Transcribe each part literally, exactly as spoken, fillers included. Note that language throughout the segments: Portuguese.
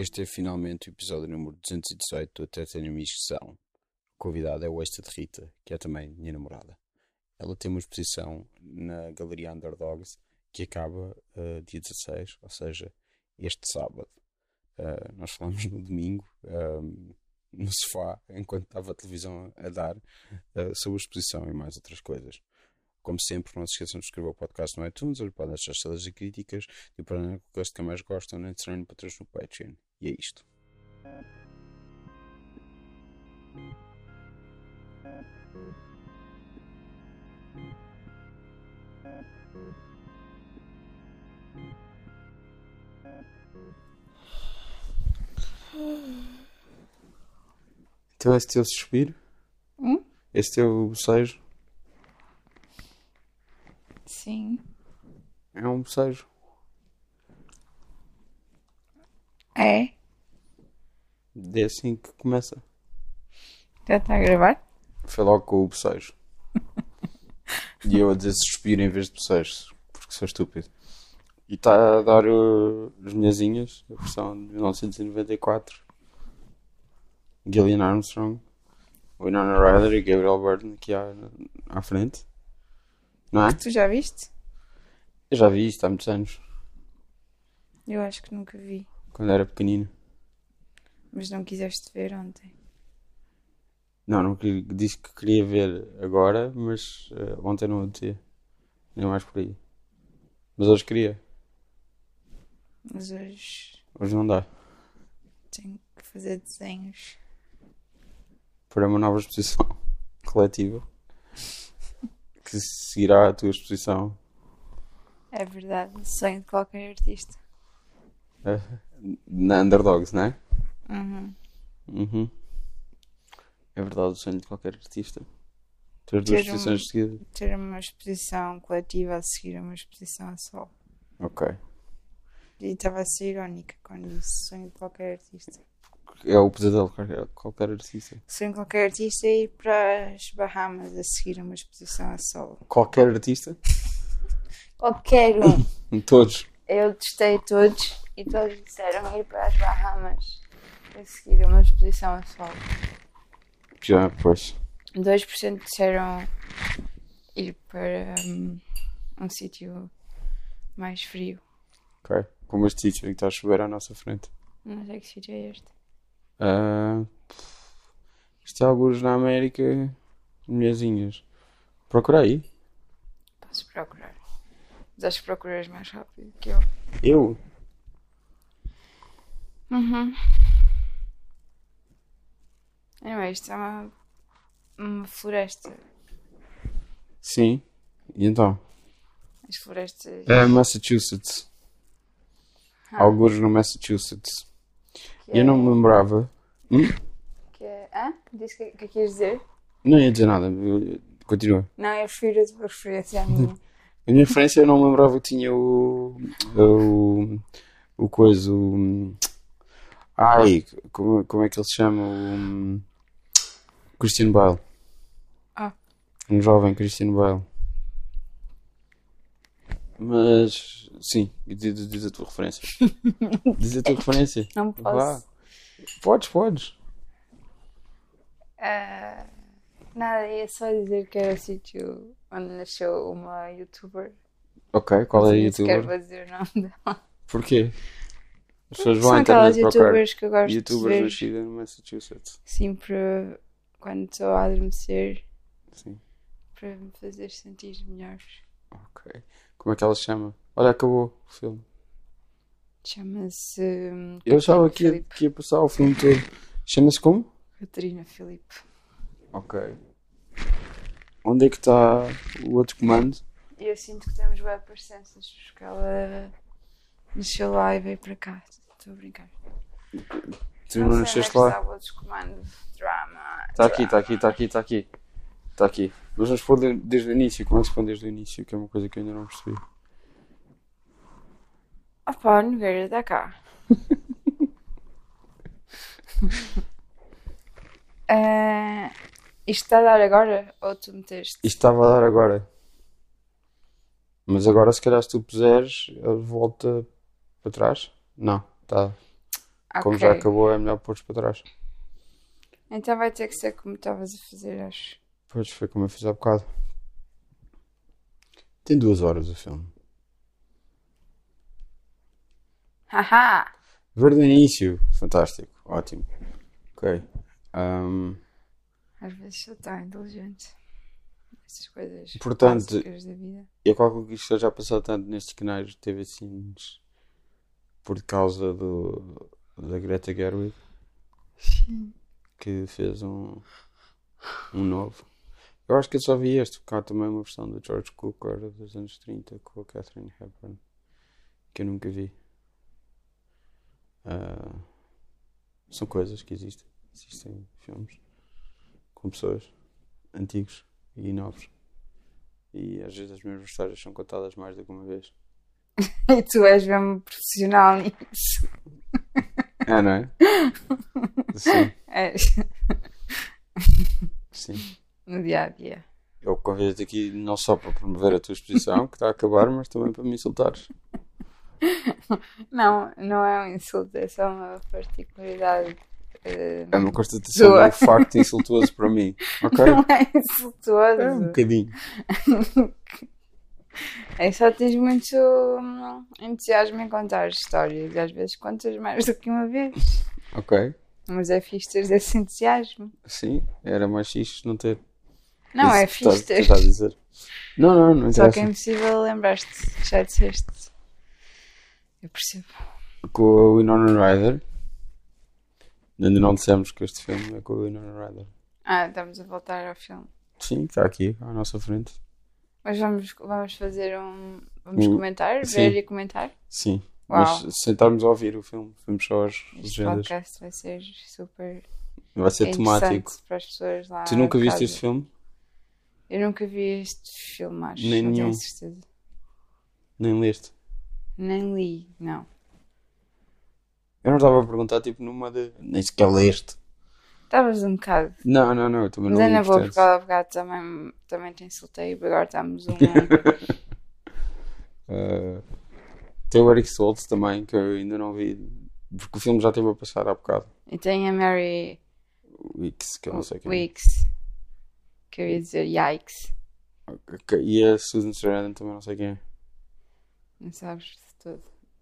Este é finalmente o episódio número duzentos e dezoito do Até Tenho Uma Inscrição. O convidado é o Extra de Rita, que é também minha namorada. Ela tem uma exposição na Galeria Underdogs que acaba uh, dia dezasseis, ou seja, este sábado. Uh, nós falamos no domingo, um, no sofá, enquanto estava a televisão a dar, uh, sobre a exposição e mais outras coisas. Como sempre, não se esqueçam de subscrever o podcast no iTunes, onde podem deixar estrelas e críticas, e para o que mais gostam, nem de no patrões no Patreon. E é isto. Então esse teu suspiro? Hum? Esse teu bocejo? Sim. É um bocejo? É? É assim que começa. Já está a gravar? Foi logo com o bocejo. E eu a dizer suspiro em vez de bocejo, porque sou estúpido. E está a dar uh, as minhazinhas, a versão de mil novecentos e noventa e quatro. Gillian Armstrong, Winona Ryder e Gabriel Byrne aqui à, à frente. Não é? Tu já viste? Eu já vi isto há muitos anos, Eu acho que nunca vi. quando era pequenino. Mas não quiseste ver ontem. Não, não queria, disse que queria ver agora, mas uh, ontem não acontecia. Nem mais por aí. Mas hoje queria. Mas hoje Hoje não dá. tenho que fazer desenhos. Para uma nova exposição coletiva que seguirá a tua exposição. É verdade, o sonho de qualquer artista. uh, na Underdogs, não é? Uhum. Uhum. É verdade, o sonho de qualquer artista. Ter duas Ter um- exposições de seguida. Ter uma exposição coletiva a seguir a uma exposição a sol. Ok. E estava a ser irónica quando disse sonho de qualquer artista. É o pesadelo de qualquer, qualquer artista. Sonho de qualquer artista é ir para as Bahamas a seguir a uma exposição a sol. Qualquer artista? Qualquer um. Todos. Eu testei todos e todos disseram ir para as Bahamas a seguir a uma exposição a sol. Já, pois. dois por cento disseram ir para um, um sítio mais frio. Ok. Como este sítio em que está a chover à nossa frente. Não sei que sítio é este. Ah, isto é alguns na América. Mulherzinhas. Procura aí. Posso procurar. Mas acho que procuras mais rápido que eu. Eu? Uhum. Anyway, isto é uma, uma floresta. Sim. E então? As florestas. É Massachusetts. Ah, Alguns no Massachusetts. que Eu não me é- lembrava. Hum? Que é. Hã? Disse que, que queres dizer? Não ia dizer nada. eu- Continua. Não, eu prefiro a tua referência à minha. A minha referência eu não me lembrava que tinha o. O. O coisa. O, ai, como, como é que ele se chama? O. Christian Bale. Ah. Um jovem Christian Bale. Mas. Sim, diz, diz a tua referência. Diz a tua referência. Não Vá. posso. Podes, podes. Ah, nada, ia só dizer que era o sítio onde nasceu uma youtuber. Ok, qual é a Nem sequer youtuber? vou dizer o nome dela. Porquê? As pessoas vão São à aquelas internet procurar youtubers que eu gosto de youtubers ver nascida no Massachusetts. sempre quando estou a adormecer Sim. para me fazer sentir melhor. Ok. Como é que ela se chama? Olha, acabou o filme. Chama-se hum, Eu achava Catarina que ia, Filipe. que ia passar o filme todo. Chama-se como? Catarina Filipe. Ok. Onde é que está o outro comando? E eu sinto que temos web presenças porque ela nasceu lá e veio para cá. Estou a brincar. Tu não sei nasceste onde é que lá? está o outro comando. Drama. Está aqui, está aqui, está aqui, está aqui. Está aqui. Mas vamos pôr de- desde o início. Como é que se põe desde o início? Que é uma coisa que eu ainda não percebi. Opa, Nogueira, dá cá. Ah, isto está a dar agora? Ou tu meteste? Isto estava a dar agora. Mas agora se calhar se tu puseres, ele volta para trás? Não, está. Como já Ok. acabou, é melhor pôr para trás. Então vai ter que ser como estavas a fazer, acho. Pois foi como eu fiz há bocado. Tem duas horas o filme. Haha! Ver do início. Fantástico. Ótimo. Ok. Um, Às vezes sou tão inteligente. Essas coisas Portanto, básicas da vida. eu calculo que isto esteja a passar tanto nestes canais de T V Cines por causa do, da Greta Gerwig Sim. que fez um, um novo. Eu acho que eu só vi este, porque há também uma versão do George Cukor dos anos trinta com a Catherine Hepburn que eu nunca vi. Uh, são coisas que existem. Existem filmes com pessoas antigos e novos. E às vezes as mesmas histórias são contadas mais do que uma vez. E tu és mesmo profissional nisso. É, não é? Sim, És. sim. No dia a dia. Eu convido-te aqui não só para promover a tua exposição, que está a acabar, mas também para me insultares. Não, não é um insulto, é só uma particularidade. eh, É uma constatação Tua. de um facto insultuoso para mim. Ok? Não é insultuoso. É um bocadinho. É só tens muito hum, entusiasmo em contar histórias e às vezes contas mais do que uma vez. Ok. Mas é fixe teres esse entusiasmo. Sim, era mais fixe não ter. Não, é Isso que fixe estás- teres. estás a dizer. Não, não, não Só que é interessa. impossível lembrar-te que já disseste. Eu percebo. Com a Winona Ryder. Ainda não dissemos que este filme é com a Winona Ryder. Ah, estamos a voltar ao filme. Sim, está aqui, à nossa frente. Mas vamos, vamos fazer um. Vamos Um- comentar? sim. Ver e comentar? Sim. Uau. Mas sentarmos a ouvir o filme. Vamos só às Este legendas. podcast vai ser super Vai ser temático. interessante para as pessoas lá. Tu nunca em viste casa. este filme? Eu nunca vi este filme, acho. Nem não nenhum. tenho certeza. Nem leste? Nem li, não. Eu não estava a perguntar, tipo, numa de. Nem sequer leste. Estavas um bocado. Não, não, não. Eu também Mas não ainda li, vou, portanto. porque há bocado também, também te insultei. Agora estamos um. Uh, tem o Eric Stoltz também, que eu ainda não vi. Porque o filme já esteve a passar há bocado. E tem a Mary Weeks, que eu não sei quem é. Weeks. Que eu ia dizer yikes. Ok, e a Susan Sarandon também não sei quem é. Não sabes de tudo.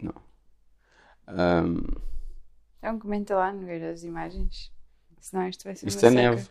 Um, Então comenta lá no ver as imagens. Senão isto vai ser isto uma é seca. neve.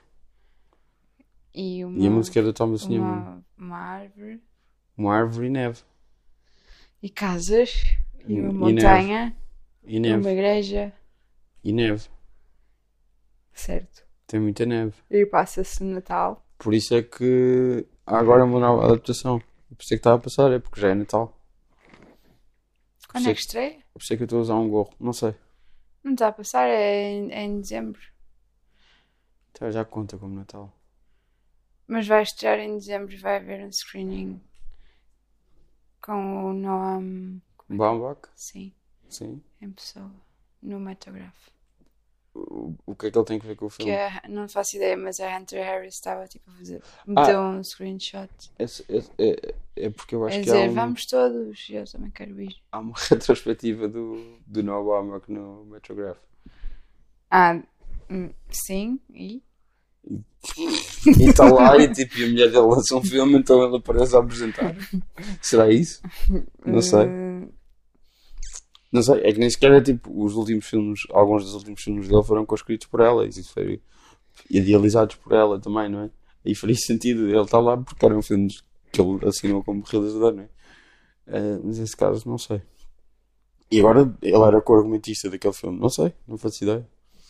E uma, E a música é do Thomas Newman. uma, uma árvore. Uma árvore e neve. E casas. E E- uma e montanha. E E neve. uma igreja. E neve. Certo. Tem muita neve. E passa-se no Natal. Por isso é que há agora uma nova adaptação. Por isso é que está a passar, é porque já é Natal. Quando é que estreia? Por isso é que eu estou a usar um gorro. Não sei. Não está a passar, é em, é em dezembro. Então já conta como Natal. Mas vai estrear em dezembro e vai haver um screening com o Noam. Baumbach? Sim, Sim. em pessoa. No Metograph. O, o que é que ele tem a ver com o filme? Que é, não faço ideia, mas a Hunter Harris estava tipo a fazer. Meteu um screenshot. Esse- esse- é, é porque eu acho A que há, dizer, um- vamos todos. E eu também quero ir. há uma retrospectiva do, do Noah Baumbach no Metrograph. Ah, hum, sim, e? E está lá e tipo, e a mulher dele lança um filme, então ele aparece a apresentar. Será isso? Não sei. Hum, Não sei, é que nem sequer é tipo, os últimos filmes, alguns dos últimos filmes dele foram conscritos por ela, e isso foi idealizados por ela também, não é? Aí faria sentido ele estar lá porque eram filmes que ele assinou como realizador, não é? Eh, mas nesse caso, não sei. E agora ele era co-argumentista daquele filme, não sei, não faço ideia.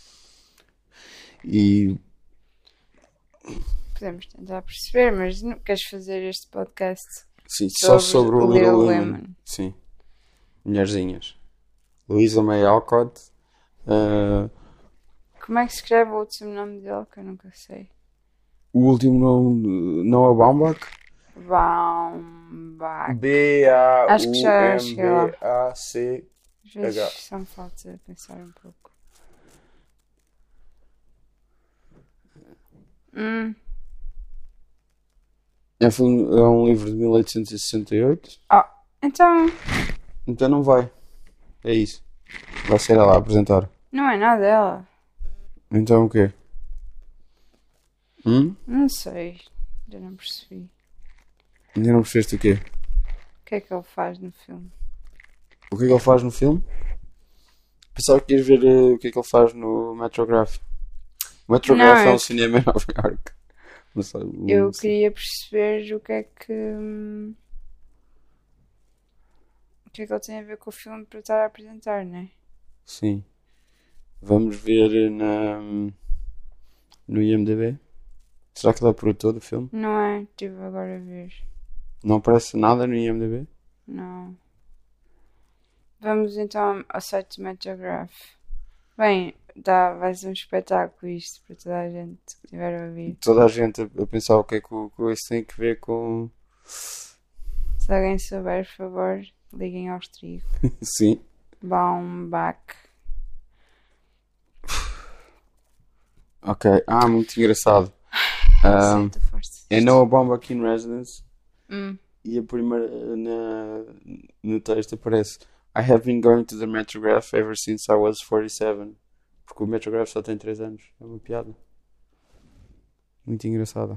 E podemos tentar perceber, mas não queres fazer este podcast sim, só sobre o Little Women. Women? Sim, mulherzinhas. Louisa May Alcott. eh, Como é que se escreve o último nome dele que eu nunca sei? o último nome, Noah Baumbach. Baumbach. B A Acho que já cheguei lá. U M B A C. Às vezes H. só me falta pensar um pouco. Hum. É um, filme- é um livro de mil oitocentos e sessenta e oito. Então, Então não vai. É isso. Vai ser ela a apresentar. Não é nada dela. Então o quê? Hum? Não sei. Já não percebi. Ainda não percebeste o quê? O que é que ele faz no filme? O que é que ele faz no filme? Pensava que ias ver uh, o que é que ele faz no Metrograph. O Metrograph Não, é eu- um cinema em Nova York. Não sei, não Eu sei. queria perceber o que é que. hum, O que é que ele tem a ver com o filme para estar a apresentar, não é? Sim. Vamos ver na, no I M D B. Será que ele é produtor do filme? Não é? Estive agora a ver. Não aparece nada no I M D B? Não. Vamos então ao site do Metrograph. Bem, dá, vai ser um espetáculo isto para toda a gente que estiver a ouvir. Toda a gente a, a pensar o que é que o- que isso tem a ver com. Se alguém souber, por favor, liguem aos trigos. Sim. Baumbach. Ok. Ah, muito engraçado. Um, Sinto força. é Noah Baumbach in Residence. Hum. E a primeira na, no texto aparece I have been going to the Metrograph ever since I was forty-seven. Porque o Metrograph só tem três anos. É uma piada. Muito engraçada.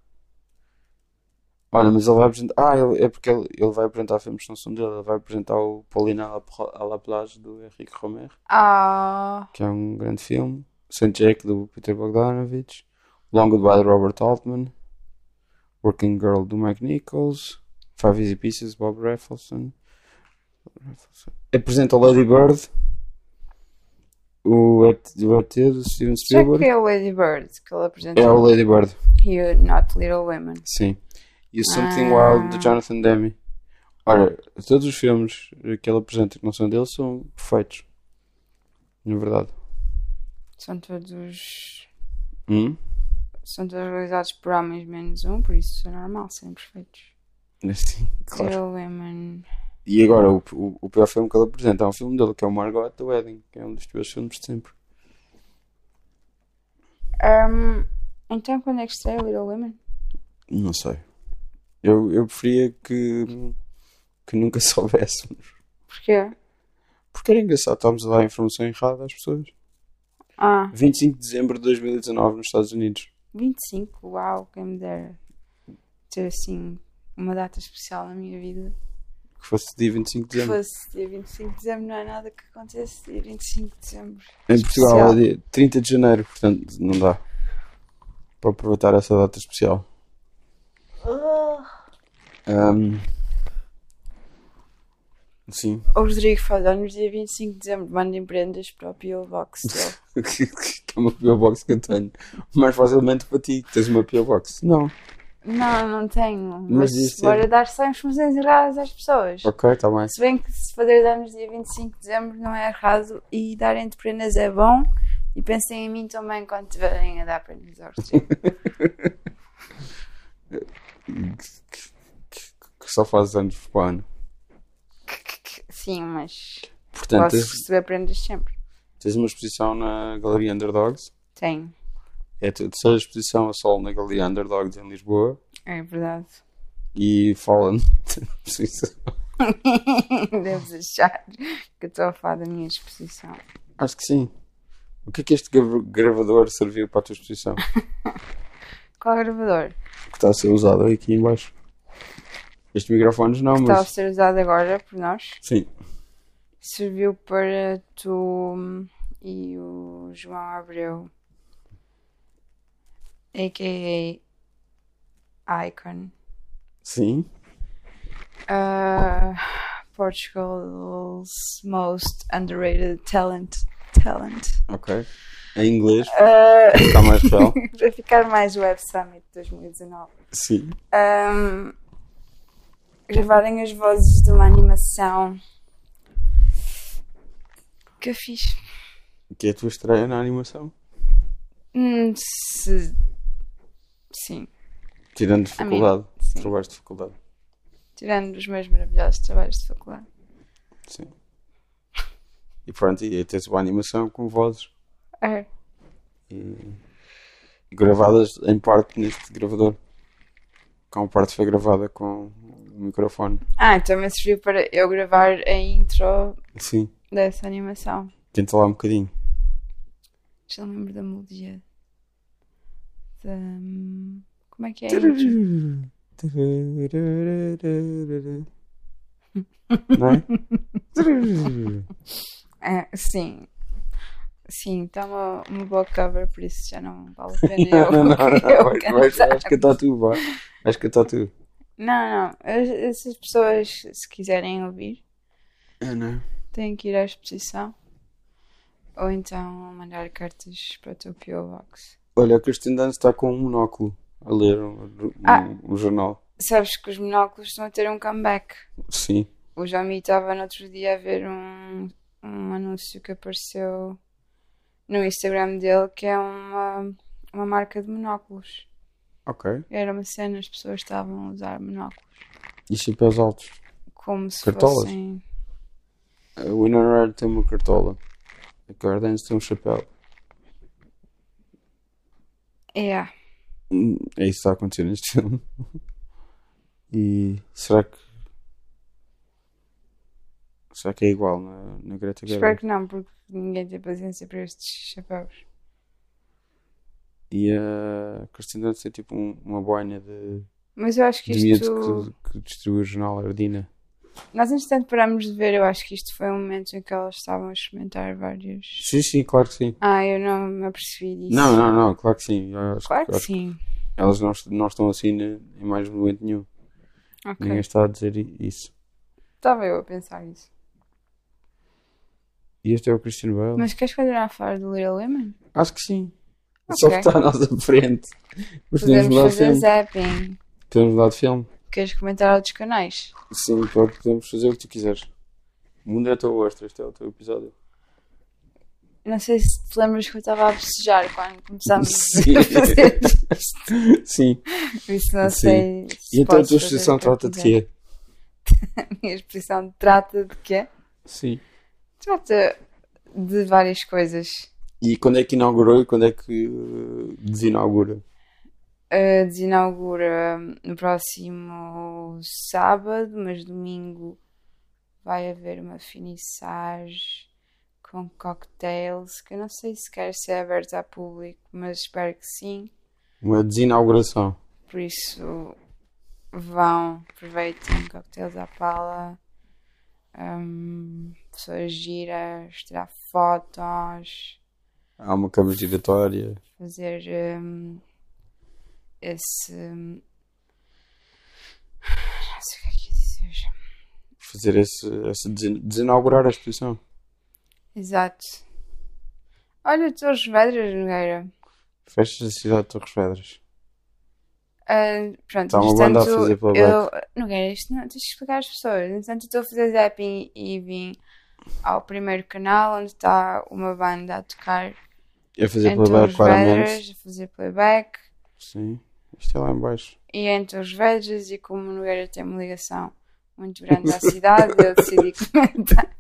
Olha, mas ele vai apresentar. Ah, ele- é porque ele, ele vai apresentar filmes que não são dele. Ele vai apresentar o Paulina à la, Pla- à la Plage do Henrique Romer, Ah, que é um grande filme. Saint Jack do Peter Bogdanovich. Long Goodbye de Robert Altman. Working Girl do Mike Nichols. Five Easy Pieces Bob Rafelson. Apresenta o Lady Bird. O E T o E T do Steven já que Spielberg. é o Lady Bird que ele apresentou. É o Lady Bird, You Not Little Women. sim. E o Something Ah. Wild de Jonathan Demme. Ora, todos os filmes que ele apresenta que não são dele são perfeitos. Na verdade. São todos. Hum? São todos realizados por homens menos um, por isso é normal, serem perfeitos. Sim, claro. Little Women. E agora, o, o, o pior filme que ele apresenta é um filme dele, que é o Margot the Wedding, que é um dos piores filmes de sempre. Um, então quando é que estreia Little Women? Não sei. Eu, eu preferia que, que nunca soubéssemos. Porquê? Porque era engraçado, estávamos a dar informação errada às pessoas. Ah, vinte e cinco de dezembro de dois mil e dezanove nos Estados Unidos. vinte e cinco, uau, quem me dera ter assim uma data especial na minha vida. Que fosse dia vinte e cinco de Que dezembro. fosse dia vinte e cinco de dezembro, não é nada que acontece dia vinte e cinco de dezembro. Em Portugal Especial. é dia trinta de janeiro, portanto não dá para aproveitar essa data especial. Ahm, sim. O Rodrigo faz anos dia vinte e cinco de dezembro, mandem prendas para o P O Box dele. Que é uma P O Box que eu tenho. Mais facilmente para ti, que tens uma P O Box. Não. Não, não tenho. Mas Mas isto bora é- dar só informações erradas às pessoas. Ok, está bem. Se bem que se fazer anos dia vinte e cinco de dezembro não é errado e darem de prendas é bom. E pensem em mim também quando estiverem a dar prendas ao Rodrigo. Que só fazes anos por ano. Sim, mas Portanto, posso tens, receber prendas sempre. tens uma exposição na Galeria Underdogs. Tenho, É a tua terceira exposição a solo na Galeria Underdogs em Lisboa. é verdade. E fala-me da exposição. Deves achar que eu estou a falar da minha exposição. Acho que sim. O que é que este gra- gravador serviu para a tua exposição? Qual gravador? Que está a ser usado aqui em baixo. Estes microfones não, Está a mas... ser usado agora por nós. Sim. Serviu para tu e o João Abreu, a k a. Icon. Sim. Uh, Portugal's most underrated talent. Talent. Ok. Em inglês. Uh, Está mais real. para ficar mais Web Summit dois mil e dezanove. Sim. Um, gravarem as vozes de uma animação que eu fiz. Que é a tua estreia na animação. Hum, se... Sim. Tirando dificuldade. sim. Trabalhos de faculdade. Tirando os meus maravilhosos trabalhos de faculdade. Sim. E pronto, e aí tens uma animação com vozes. É. E, e gravadas em parte neste gravador. Com a parte foi gravada com o microfone. Ah, então me serviu para eu gravar a intro Sim. dessa animação. Tenta lá um bocadinho. Já não lembro da melodia. Da... Como é que é a intro? Não é? É, sim. Sim, está uma, uma boa cover, por isso já não vale a pena eu, Não, não, não, eu não. Vais, vais, cantar. vais cantar tu, vá. Vais cantar tu. Não, não. es- Essas pessoas, se quiserem ouvir, É, não. têm que ir à exposição. Ou então mandar cartas para o teu P O Box. Olha, o Christian Dunst está com um monóculo a ler um, um, Ah. um jornal. Sabes que os monóculos estão a ter um comeback. Sim. O Jami estava no outro dia a ver um, um anúncio que apareceu no Instagram dele, que é uma, uma marca de monóculos. Ok. Era uma cena, as pessoas estavam a usar monóculos E chapéus altos. como se Cartolas? fossem... O Winona Red tem uma cartola. A Cardance tem um chapéu. É, Hum, É isso que está a acontecer neste filme. E será que. Será que é igual na, na Greta espero Gerwig? que não, porque ninguém tem paciência para estes chapéus. E a Christian Dunst tem tipo um- uma boina de, Mas eu acho que de miúdos isto... que, que distribui o jornal Ardina. Nós, entretanto, paramos de ver. Eu acho que isto foi um momento em que elas estavam a experimentar vários... Sim, sim, claro que sim. Ah, eu não me apercebi disso. Não, não, não, claro que sim. Eu acho, Claro que acho sim. que elas não, est- não estão assim ne- em mais momento nenhum. Ok. Ninguém está a dizer i- isso. Estava eu a pensar isso. E este é o Christian Bale? Mas queres continuar a falar do Little Women? Acho que sim. Ok. Só que está à nossa frente. Mas podemos Podemos mudar de fazer filme. zapping. Podemos mudar de filme. Queres comentar outros canais? Sim, claro que podemos fazer o que tu quiseres. O mundo é teu gosto, este é o teu episódio. Não sei se te lembras que eu estava a bocejar quando começámos Sim. a fazer isto. Sim. Por isso não Sim. sei se E então a podes tua fazer exposição o que eu trata de quiser. quê? A minha exposição trata de quê? Sim. Trata de várias coisas. E quando é que inaugurou e quando é que uh, desinaugura? Uh, desinaugura no próximo sábado, mas domingo vai haver uma finissage com cocktails, que eu não sei se quer ser aberta a público, mas espero que sim. Uma desinauguração. Por isso vão, aproveitem, cocktails à pala, um, pessoas giras, tirar fotos, Há uma cama giratória. fazer um, esse. Não sei o que é que ia dizer. Fazer esse, esse desin- desinaugurar a exposição. Exato. Olha, Torres Vedras, Nogueira. Festas da cidade de Torres Vedras. Ah, pronto, Está uma banda a entretanto, fazer playback. eu, Nogueira, isto não, tens de explicar às pessoas. Entretanto, eu estou a fazer zapping e vim ao primeiro canal onde está uma banda a tocar É fazer em playback, Torres claramente. Vedras, a fazer playback. Sim. Isto é lá em baixo. E em Torres Vedras, e como o Nogueira tem uma ligação muito grande à cidade, eu decidi comentar.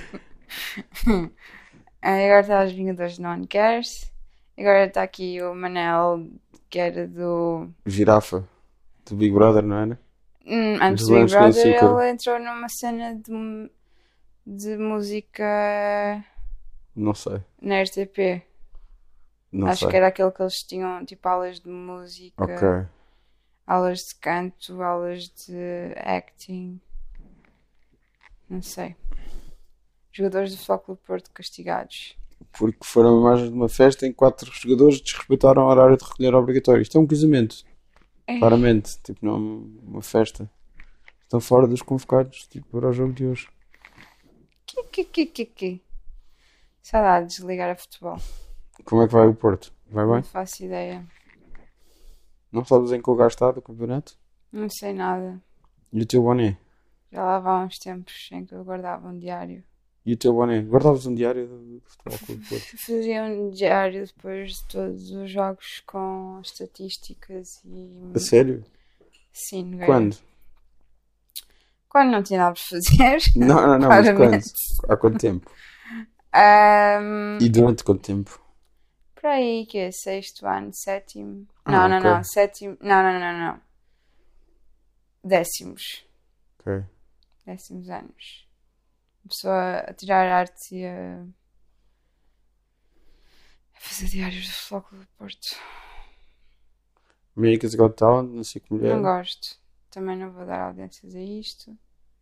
Ah, agora está os Vingadores de Non Cares. Agora está aqui o Manel, que era do. Girafa. Do Big Brother, não era? Hum, antes Dos do Big Lancos com Brother, Açúcar. ele entrou numa cena de, de música Não sei. na R T P. Não Acho sei. que era aquele que eles tinham, tipo, aulas de música, Ok. aulas de canto, aulas de acting. Não sei. Jogadores do Futebol Clube Porto castigados. Porque foram imagens de uma festa em que quatro jogadores desrespeitaram o horário de recolher obrigatório. Isto é um casamento. É. Claramente. Tipo, não é uma festa. Estão fora dos convocados, tipo, para o jogo de hoje. Que, que, que, que, que. Saudades de ligar a futebol. Como é que vai o Porto? Vai Não bem? faço ideia. Não sabes em que lugar está do campeonato? Não sei nada. E o teu boné? Já lá vão uns tempos em que eu guardava um diário. E o teu boné? Guardavas um diário do Futebol Clube do Porto? Fazia um diário depois de todos os jogos com estatísticas e... A sério? Sim, Nogueira. Quando? Quando não tinha nada para fazer. Não, não, não, mas quando? Claramente. Há quanto tempo? Ahm, E durante quanto tempo? por aí, que é sexto ano, sétimo. Ah, Não, não, ok. não. Sétimo. Não, não, não, não. Décimos. Ok. Décimos anos. A pessoa a tirar arte e a, a fazer diários do Futebol Clube do Porto. America's Got Talent, não sei como é. Não gosto. Também não vou dar audiências a isto.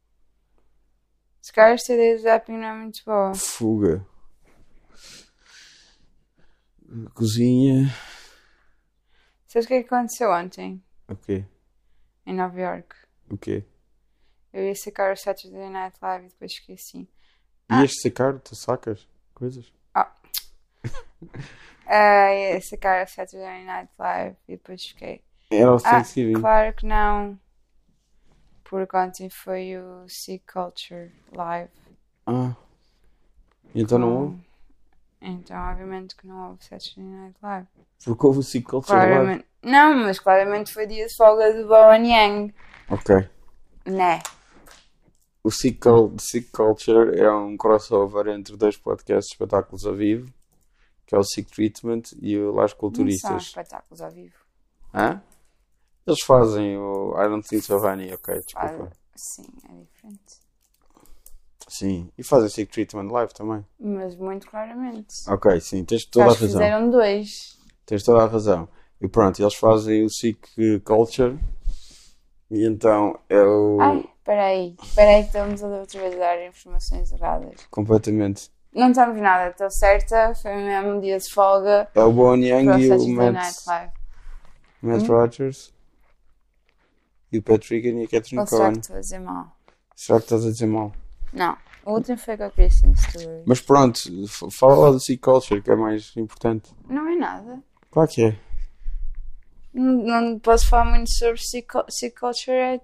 Se calhar esta ideia de zapping não é muito boa. Fuga. Cozinha. Sabes o que é que aconteceu ontem? O quê? Em Nova York. O quê? Eu ia sacar o Saturday Night Live e depois esqueci. Ah. Ias sacar? Tu sacas coisas? Ah. uh, ia sacar o Saturday Night Live e depois fiquei. Era o Ah, Thanksgiving. claro que não. Porque ontem foi o Sick Culture Live. Ah. Então não com- houve? Então, obviamente que não houve Saturday Night Live. Porque houve o Sick Culture Live. Claramente. Não, mas claramente foi dia de folga do Bowen Yang. Ok. Né? O Sick, Cul- Sick Culture é um crossover entre dois podcasts de espetáculos ao vivo, que é o Sick Treatment e o Las Não são Culturistas. espetáculos ao vivo. Hã? Eles fazem o I Don't Think So Honey, ok, desculpa. Ah, sim, é diferente. Sim, e fazem Sick Treatment live também. Mas muito claramente. Ok, sim, tens toda a Acho que razão. fizeram dois. Tens toda a razão. E pronto, eles fazem o Sick Culture e então é o... Ai, peraí. Peraí que estamos outra vez a dar informações erradas. completamente... Não estamos nada, estou certa. Foi mesmo um dia de folga É o Bowen para Yang o e o Saturday Matt, Night Live. Matt Hum? Rogers e o Patrick e a Catherine Ou será que Cohen. estou a dizer mal? Será que estás a dizer mal? Não. O último foi com a Kristen Stewart. Mas pronto, f- fala lá do Sick Culture, que é mais importante. Não é nada. Claro que é. Não, não posso falar muito sobre Sick Cul- Sick Culture. É...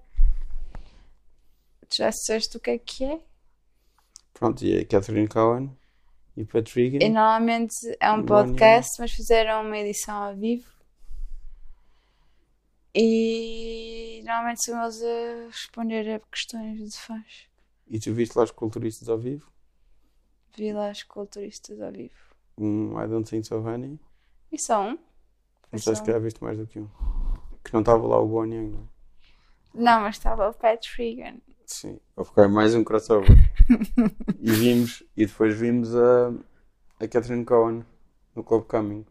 Tu já disseste o que é que é? Pronto, e a Catherine Cohen e o Patrick. E normalmente é um Bom, podcast, mas fizeram uma edição ao vivo. E normalmente são eles a responder a questões de fãs. E tu viste lá os culturistas ao vivo? Vi lá os culturistas ao vivo. Um I Don't Think So Honey. E só um? Foi Não só sei se um. calhar viste mais do que um. Que não estava lá o Bowen Yang, não é? Não, mas estava o Pat Regan. Sim. Ok, mais um crossover. E vimos, e depois vimos a, a Catherine Cohen no Club Coming.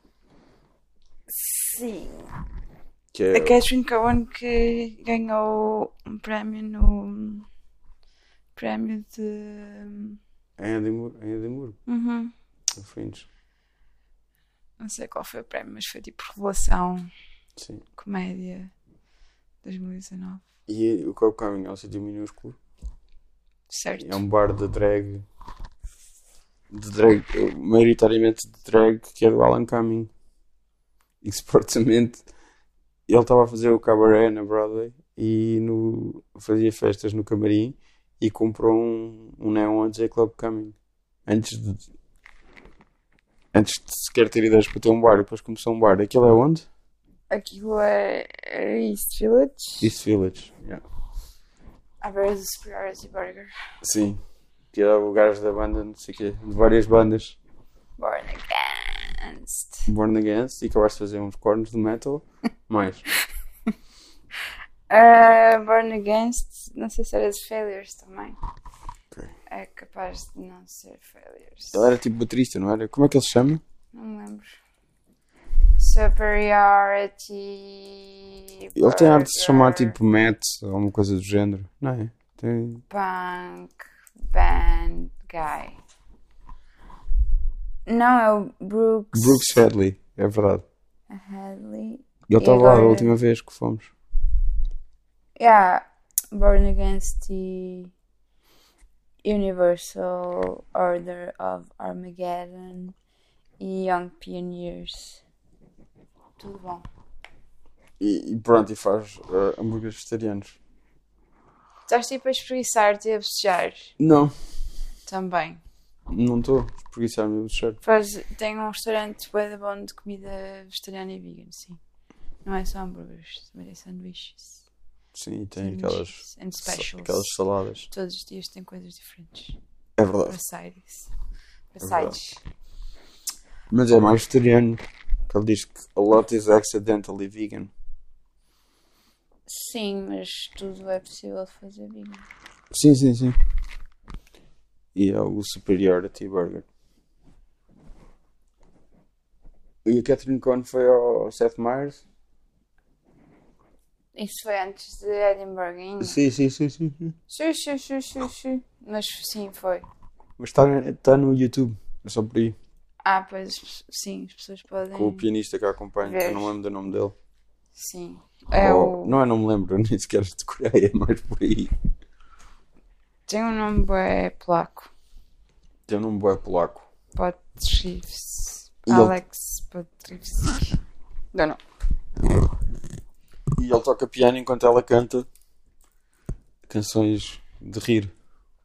Sim. Que é, A Catherine Cohen que ganhou um prémio no prémio de em Edimburgo, em Edimburgo, uhum. no Fringe. Não sei qual foi o prémio, mas foi tipo Revelação Sim. Comédia dois mil e dezanove. E o Club Coming é um sítio minúsculo. Certo. É um bar de drag, de drag, maioritariamente de drag, que é do Alan Cumming. E supostamente ele estava a fazer o cabaré na Broadway e no, fazia festas no camarim e comprou um, um neon a dizer Club Coming. Antes de, antes de sequer ter ideias para ter um bar, depois começou um bar. Aquilo é onde? Aquilo é é East Village. East Village. Yeah. À beira do Superiority Burger. Sim. Que é o gajo da banda, não sei o quê, de várias bandas. Born Against. Born Against, e acabaste de fazer uns cornos de metal. Mais. Uh, Born Against, não sei se era de Failures também. Ok. É capaz de não ser Failures. Ele era tipo baterista, não era? Como é que ele se chama? Não me lembro. Superiority. Ele tem arte de se chamar Burger, tipo Matt ou uma coisa do género, não é? Tem... Punk Band Guy. Não, é o Brooks. Brooks Hadley, é verdade. Hadley. Ele estava lá agora- a última vez que fomos. Yeah, Born Against the Universal Order of Armageddon e Young Pioneers. Tudo bom. E, e pronto, e faz uh, hambúrgueres vegetarianos. Estás tipo a espreguiçar-te e a bocejar Não, também. não estou. Espreguiçar-me o shirt. Faz, tem um restaurante bué bom de comida vegetariana e vegan, sim. Não é só hambúrgueres, também tem sanduíches. Sim, e tem Sanduíches aquelas, and specials. aquelas saladas. Todos os dias tem coisas diferentes. É Para verdade. sides. Para É verdade. sides. Mas é mais vegetariano. Que ele diz que a lot is accidentally vegan. Sim, mas tudo é possível de fazer vegan. Sim, sim, sim. E é o Superiority Burger. E a Catherine Cohn foi ao Seth Meyers? Isso foi antes de Edinburgh ainda. Sim, sim, sim, sim. sim. Xu, xu, xu, xu, xu. Mas sim, foi. Mas está tá no YouTube, é só por aí. Ah, pois sim, as pessoas podem. Com o pianista que a acompanha, ver. eu não lembro do nome dele. Sim. É Ou- o... Não, eu não me lembro, nem sequer decorei, é mais por aí. Tem um nome bué polaco. Tem um nome bué polaco. Patrice. E ele- Alex Patrice. Não, não. E ele toca piano enquanto ela canta canções de rir.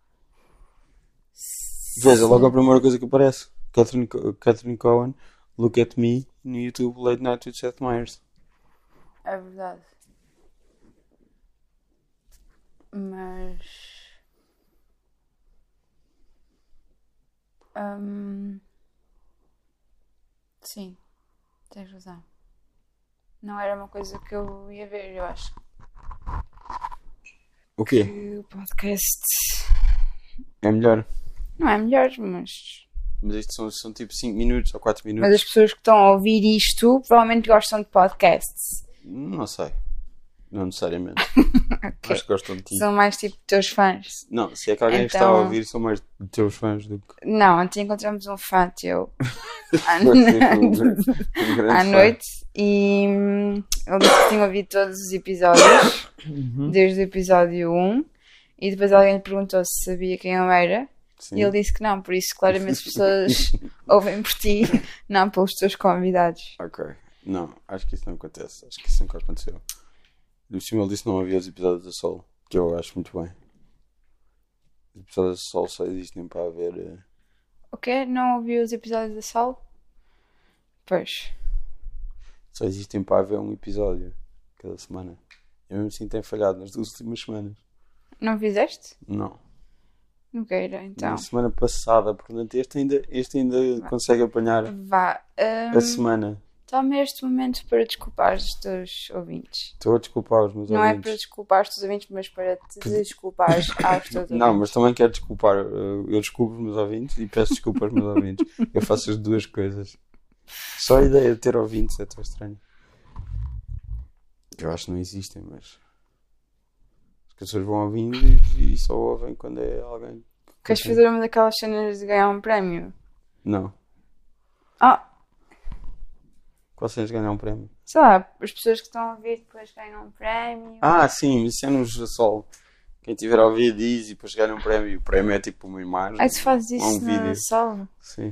Vês, é logo a primeira coisa que aparece. Catherine, Co- Catherine Cohen, Look at Me, no YouTube, Late Night with Seth Meyers. É verdade. Mas. hum, Sim, tens razão. Não era uma coisa que eu ia ver, eu acho O quê? que o podcast É melhor. não é melhor, mas. Mas isto são, são tipo cinco minutos ou quatro Mas minutos. as pessoas que estão a ouvir isto provavelmente gostam de podcasts. Não sei. Não necessariamente. Ok. Acho que gostam de ti. São mais tipo teus fãs. Não, se é que alguém está Então- a ouvir, são mais de teus fãs do que. Não, ontem encontramos um fã teu à, Um grande- um grande à fã. noite e hum, ele disse que tinha ouvido todos os episódios, Uhum. desde o episódio um, e depois alguém lhe perguntou se sabia quem eu era, Sim. e ele disse que não, por isso claramente as pessoas ouvem por ti, não pelos teus convidados. Ok. Não, acho que isso não acontece. Acho que isso nunca aconteceu. No cima ele disse que não havia os episódios da Sol, que eu acho muito bem. Os episódios da Sol só existem para haver. eh, O quê? Não ouviu os episódios da Sol? Pois. Só existem para haver um episódio cada semana. Eu mesmo assim tenho falhado nas duas últimas semanas. Não fizeste? Não. Não queira, então. Na semana passada, portanto, este ainda, este ainda consegue apanhar Vá. a hum, semana. Toma este momento para desculpar os teus ouvintes. Estou a desculpar os meus Não é para ouvintes. desculpar os teus ouvintes, mas para te desculpar aos teus Não, mas ouvintes. também quero desculpar. eh, Eu desculpo os meus ouvintes e peço desculpa aos meus ouvintes. Eu faço as duas coisas. Só a ideia de ter ouvintes é tão estranho. Eu acho que não existem, mas as pessoas vão ouvindo e, e só ouvem quando é alguém. Queres fazer uma daquelas cenas de ganhar um prémio? Não. Ah, Qual seja ganhar um prémio? sei lá, as pessoas que estão a ouvir depois ganham um prémio. Ah, sim, isso é nos Sol. Quem tiver a ouvir diz e depois ganha um prémio. E o prémio é tipo uma imagem. Aí tu fazes isso ou um na vídeo. sala? Sim.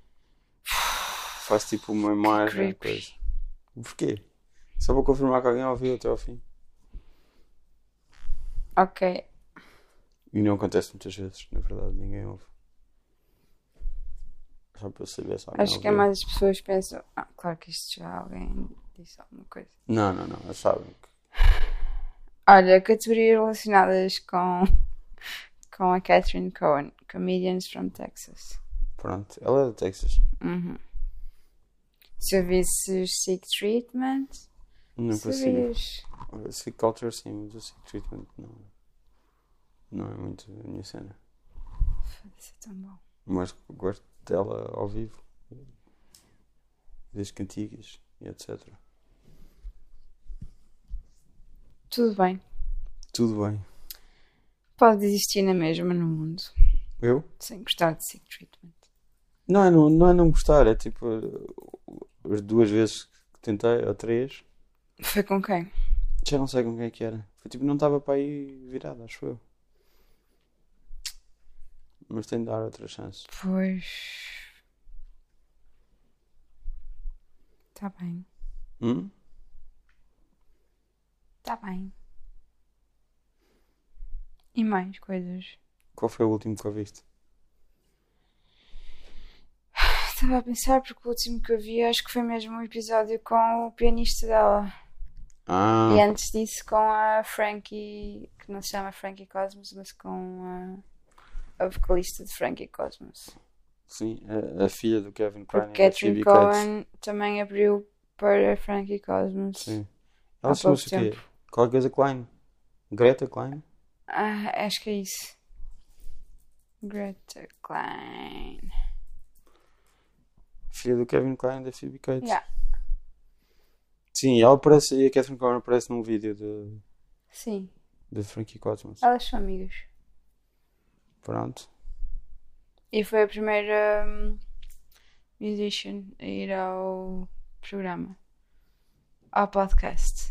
Faz tipo uma imagem. creepy. Coisa. Porquê? Só vou confirmar que alguém ouviu até ao fim. Ok. E não acontece muitas vezes, na verdade, ninguém ouve. Só para eu saber se alguém Acho que é ouviu. mais as pessoas pensam. Ah, claro que isto já alguém disse alguma coisa. Não, não, não, eles sabem que. Olha, categorias relacionadas com, com a Catherine Cohen. Comedians from Texas. Pronto, ela é da Texas. Uhum. Serviços Sick Treatment. Não consigo. Sabias? O Sick Culture sim, mas o Sick Treatment não. Não é muito a minha cena. Foda-se, é tão bom. Mas gosto dela ao vivo. Das cantigas e etcétera. Tudo bem. Tudo bem. Pode existir na mesma no mundo. Eu? Sem gostar de Sick Treatment. Não é não, não é não gostar, é tipo as duas vezes que tentei, ou três, Foi com quem? já não sei com quem é que era. Foi tipo, não estava para aí virado, acho eu. Mas tenho de dar outra chance. Pois. Tá bem. Hum? Tá bem. E mais coisas? Qual foi o último que ouviste? Estava a pensar porque o último que eu vi acho que foi mesmo um episódio com o pianista dela. Ah, E antes disso com a Frankie, que não se chama Frankie Cosmos, mas com a, a vocalista de Frankie Cosmos. sim, a, a filha do Kevin Kline. Porque Catherine Cohen também abriu para Frankie Cosmos. Sim. Há Ela chamou-se o pouco quê? Qualquer coisa Klein? Greta Klein? Ah, acho que é isso. Greta Klein. Filha do Kevin Kline da Phoebe Cates. Yeah. Sim, ela aparece, e a Catherine Cohen aparece num vídeo de, Sim. de Frankie Cosmos. Elas são amigas. Pronto. E foi a primeira hum, musician a ir ao programa. Ao podcast.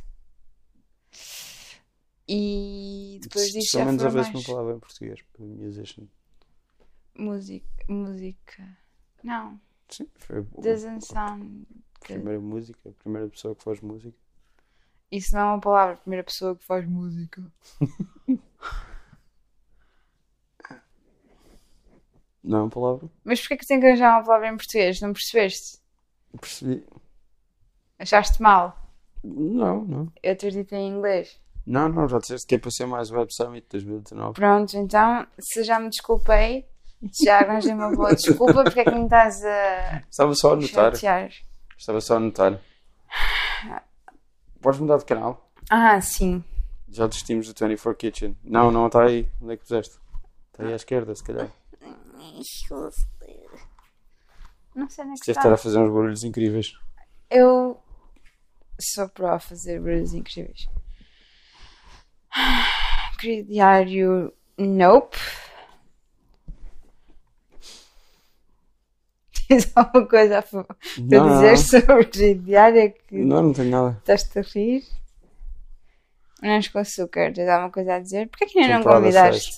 E depois disso Pelo já menos foram a vez mais. uma palavra em português. Musician. Música. Música. Não. Sim, foi a Doesn't sound good. primeira música, a primeira pessoa que faz música. Isso não é uma palavra. A primeira pessoa que faz música. Não é uma palavra? Mas porquê que tem que arranjar uma palavra em português? Não percebeste? Percebi. Achaste mal? Não, não. Eu ter dito em inglês. Não, não, já disseste que é para ser mais Web Summit dois mil e dezanove. Pronto, então, se já me desculpei, já arranjei uma boa desculpa, porque é que me estás a Estava só a notar. chatear? Estava só a notar. Podes mudar de canal? Ah, sim. Já desistimos do vinte e quatro Kitchen. Não, não está aí. Onde é que puseste? Está aí à esquerda, se calhar. Não sei onde é que Deve está. estar a fazer uns barulhos incríveis. Eu sou pró a fazer barulhos incríveis. Querido diário, nope. Tens alguma coisa a fa- para Não, dizer não. sobre o querido diário? É que Não, não tenho nada. estás-te a rir? Morangos com açúcar, tens alguma coisa a dizer? Porquê que ainda não Temporada convidaste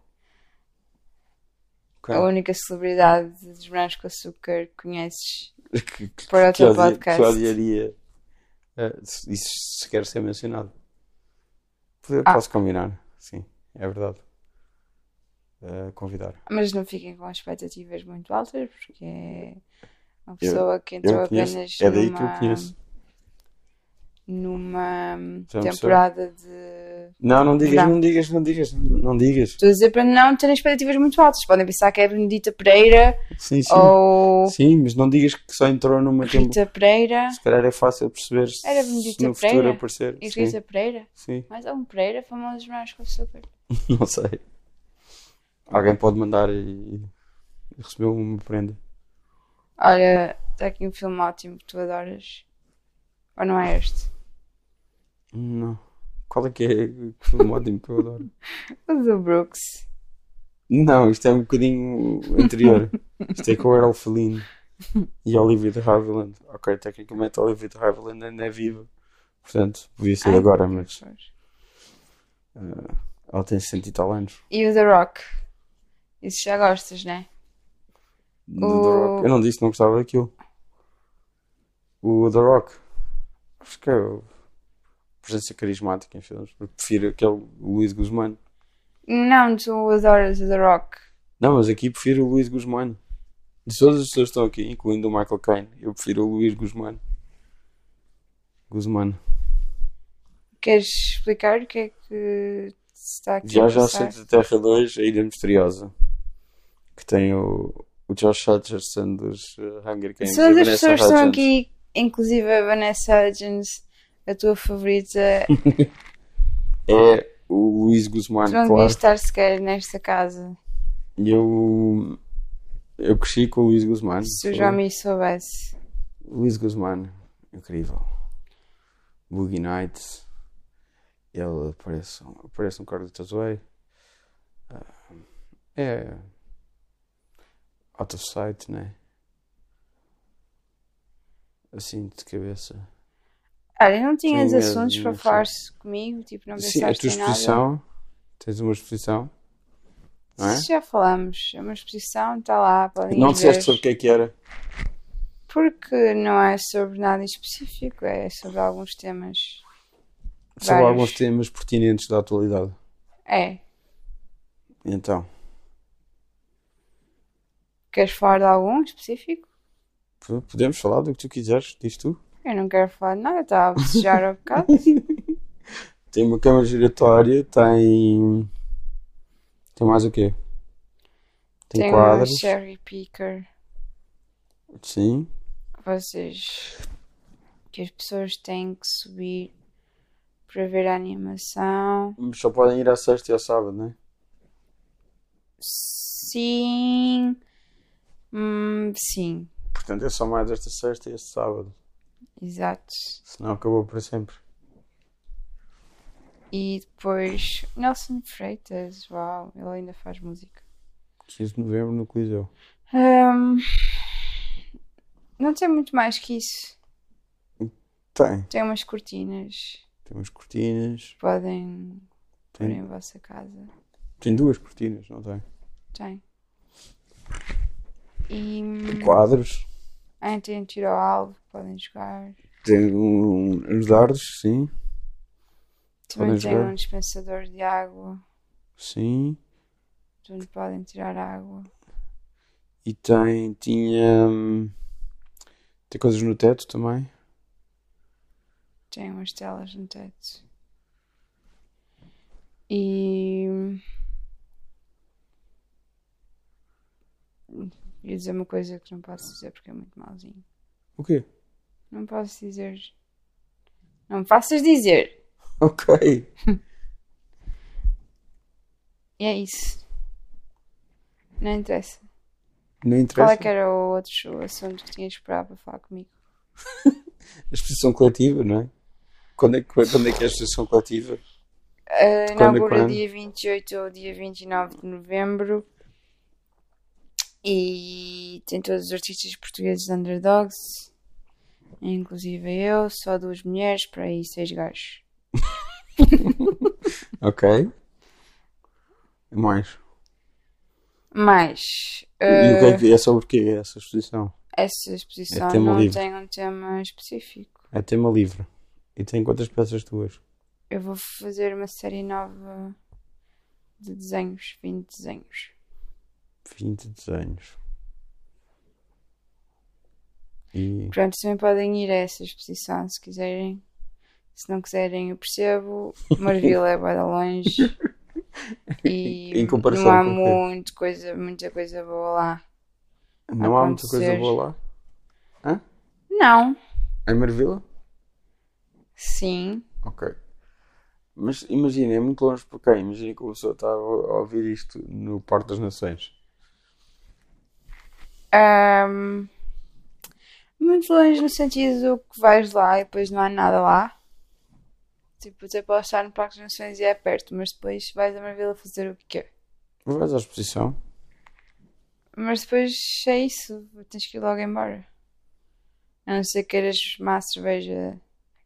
Ok. a única celebridade dos morangos com açúcar que conheces Que, que, para o que teu odia- podcast? que odiaria eh, se- isso se quer ser mencionado. Poder- Ah. Posso combinar, sim, é verdade. Eh, convidar. Mas não fiquem com expectativas muito altas, porque é uma pessoa que Eu entrou conheço, apenas é daí que eu numa, conheço. numa Já me temporada de. Não, não digas, Verão. não digas, não digas, não digas. Estou a dizer para não terem expectativas muito altas. Podem pensar que é Benedita Pereira Sim, sim. ou Sim, mas não digas que só entrou numa temporada. Rita Pereira. Se calhar é fácil perceber se Era Benedita se no futuro Pereira? aparecer. E Sim, Rita Pereira? sim, Mais algum Pereira famoso dos morangos com açúcar? não sei. Alguém pode mandar e, e receber uma prenda. Olha, está aqui um filme ótimo que tu adoras. Ou não é este? Não. Qual é que é o filme ótimo que eu adoro? O do Brooks. Não, isto é um bocadinho anterior. Isto é com o Errol Flynn e a Olivia de Havilland. Ok, tecnicamente a Olivia de Havilland ainda é viva. Portanto, podia ser Ai, agora, mas pois. eh, ela tem sessenta e tal anos. E o The Rock? Isso já gostas, né? Do O- The Rock. Eu não disse que não gostava daquilo. O The Rock. Acho que é a presença carismática em filmes. Eu prefiro aquele Luís Guzmán. Não, tu adoras o The Rock. Não, mas aqui prefiro o Luís Guzmán. De todas as pessoas que estão aqui, incluindo o Michael Caine, eu prefiro o Luís Guzmán. Guzmán. Queres explicar o que é que se está aqui Já a já passar? sei de Terra dois, a Ilha Misteriosa. Que tem o, o Josh Hutcherson dos uh, Hunger Games. e a Todas as Vanessa pessoas que estão Hudgens. aqui, inclusive a Vanessa Hudgens, a tua favorita, É o Luís Guzmán, tu não claro. devias estar sequer nesta casa. E eu, eu cresci com o Luís Guzmán. Se o João me soubesse. Luís Guzmán, incrível. Boogie Nights. Ele parece, um- parece um Carlito Azuei. Ah, é. Out of sight, né? Assim, de cabeça. Olha, não tinhas Sim, mesmo, assuntos para mesmo, falar comigo? Tipo, não Sim, a pensaste tua em nada? exposição. Tens uma exposição. Não é? Isso já falamos. É uma exposição, está lá, podem Não ir disseste ver. sobre o que é que era. Porque não é sobre nada em específico, é sobre alguns temas. Sobre Vários. alguns temas pertinentes da atualidade. É. Então, Queres falar de algum específico? p- podemos falar do que tu quiseres, diz tu. Eu não quero falar de nada, estava a bocejar ao bocado. Tem uma câmara giratória, tem. Tem mais o quê? Tem, Tem um quadros. cherry picker. Sim. Vocês. Que as pessoas têm que subir para ver a animação. Mas só podem ir à sexta e ao sábado, não é? Sim. Hum, sim. Portanto, é só mais esta sexta e este sábado. Exato. Senão acabou para sempre. E depois Nelson Freitas, uau, ele ainda faz música. quinze de novembro no Coliseu. Ahm, não tem muito mais que isso. Tem. Tem umas cortinas. Tem umas cortinas. Podem pôr Tem, em vossa casa. tem duas cortinas, não tem? Tem. E Tem quadros. ah, tem tiro ao alvo, podem jogar. Tem um, uns dardos, sim. Também Podem tem jogar. um dispensador de água, Sim. de onde podem tirar água. E tem. Tinha. hum, Tem coisas no teto também. Tem umas telas no teto. E ia dizer uma coisa que não posso dizer porque é muito mauzinho. O quê? Não posso dizer. Não me faças dizer. Ok. E é isso. Não interessa. Não Qual interessa. é que era o outro assunto que tinhas esperado para falar comigo? A exposição coletiva, não é? Quando é que, quando é, que é a exposição coletiva? Uh, Quando é inaugura quando? dia vinte e oito ou dia vinte e nove de novembro. E tem todos os artistas portugueses underdogs. Inclusive eu, só duas mulheres, para aí seis gajos. Ok. E mais? Mas E o que é uh, que é sobre o quê essa exposição? essa É exposição tema não livre. tem um tema específico. É tema livre. E tem quantas peças tuas? Eu vou fazer uma série nova de desenhos, vinte desenhos. vinte desenhos. E. Pronto, também podem ir a essa exposição se quiserem. Se não quiserem, eu percebo. Marvila é bué de longe e Em comparação não há com o quê? muito coisa, muita coisa boa lá a Não há muita coisa acontecer. boa lá? Hã? Não, Em Marvila? sim. Ok. Mas imagina, é muito longe por quem? Imagina que a pessoa está a a ouvir isto no Parque das Nações. Ahm, muito longe no sentido que vais lá e depois não há nada lá. Tipo, até podes estar no Parque das Nações e é perto, mas depois vais a Marvila fazer o que quer. Vais à exposição. Mas depois é isso, tens que ir logo embora. A não ser que queiras má cerveja.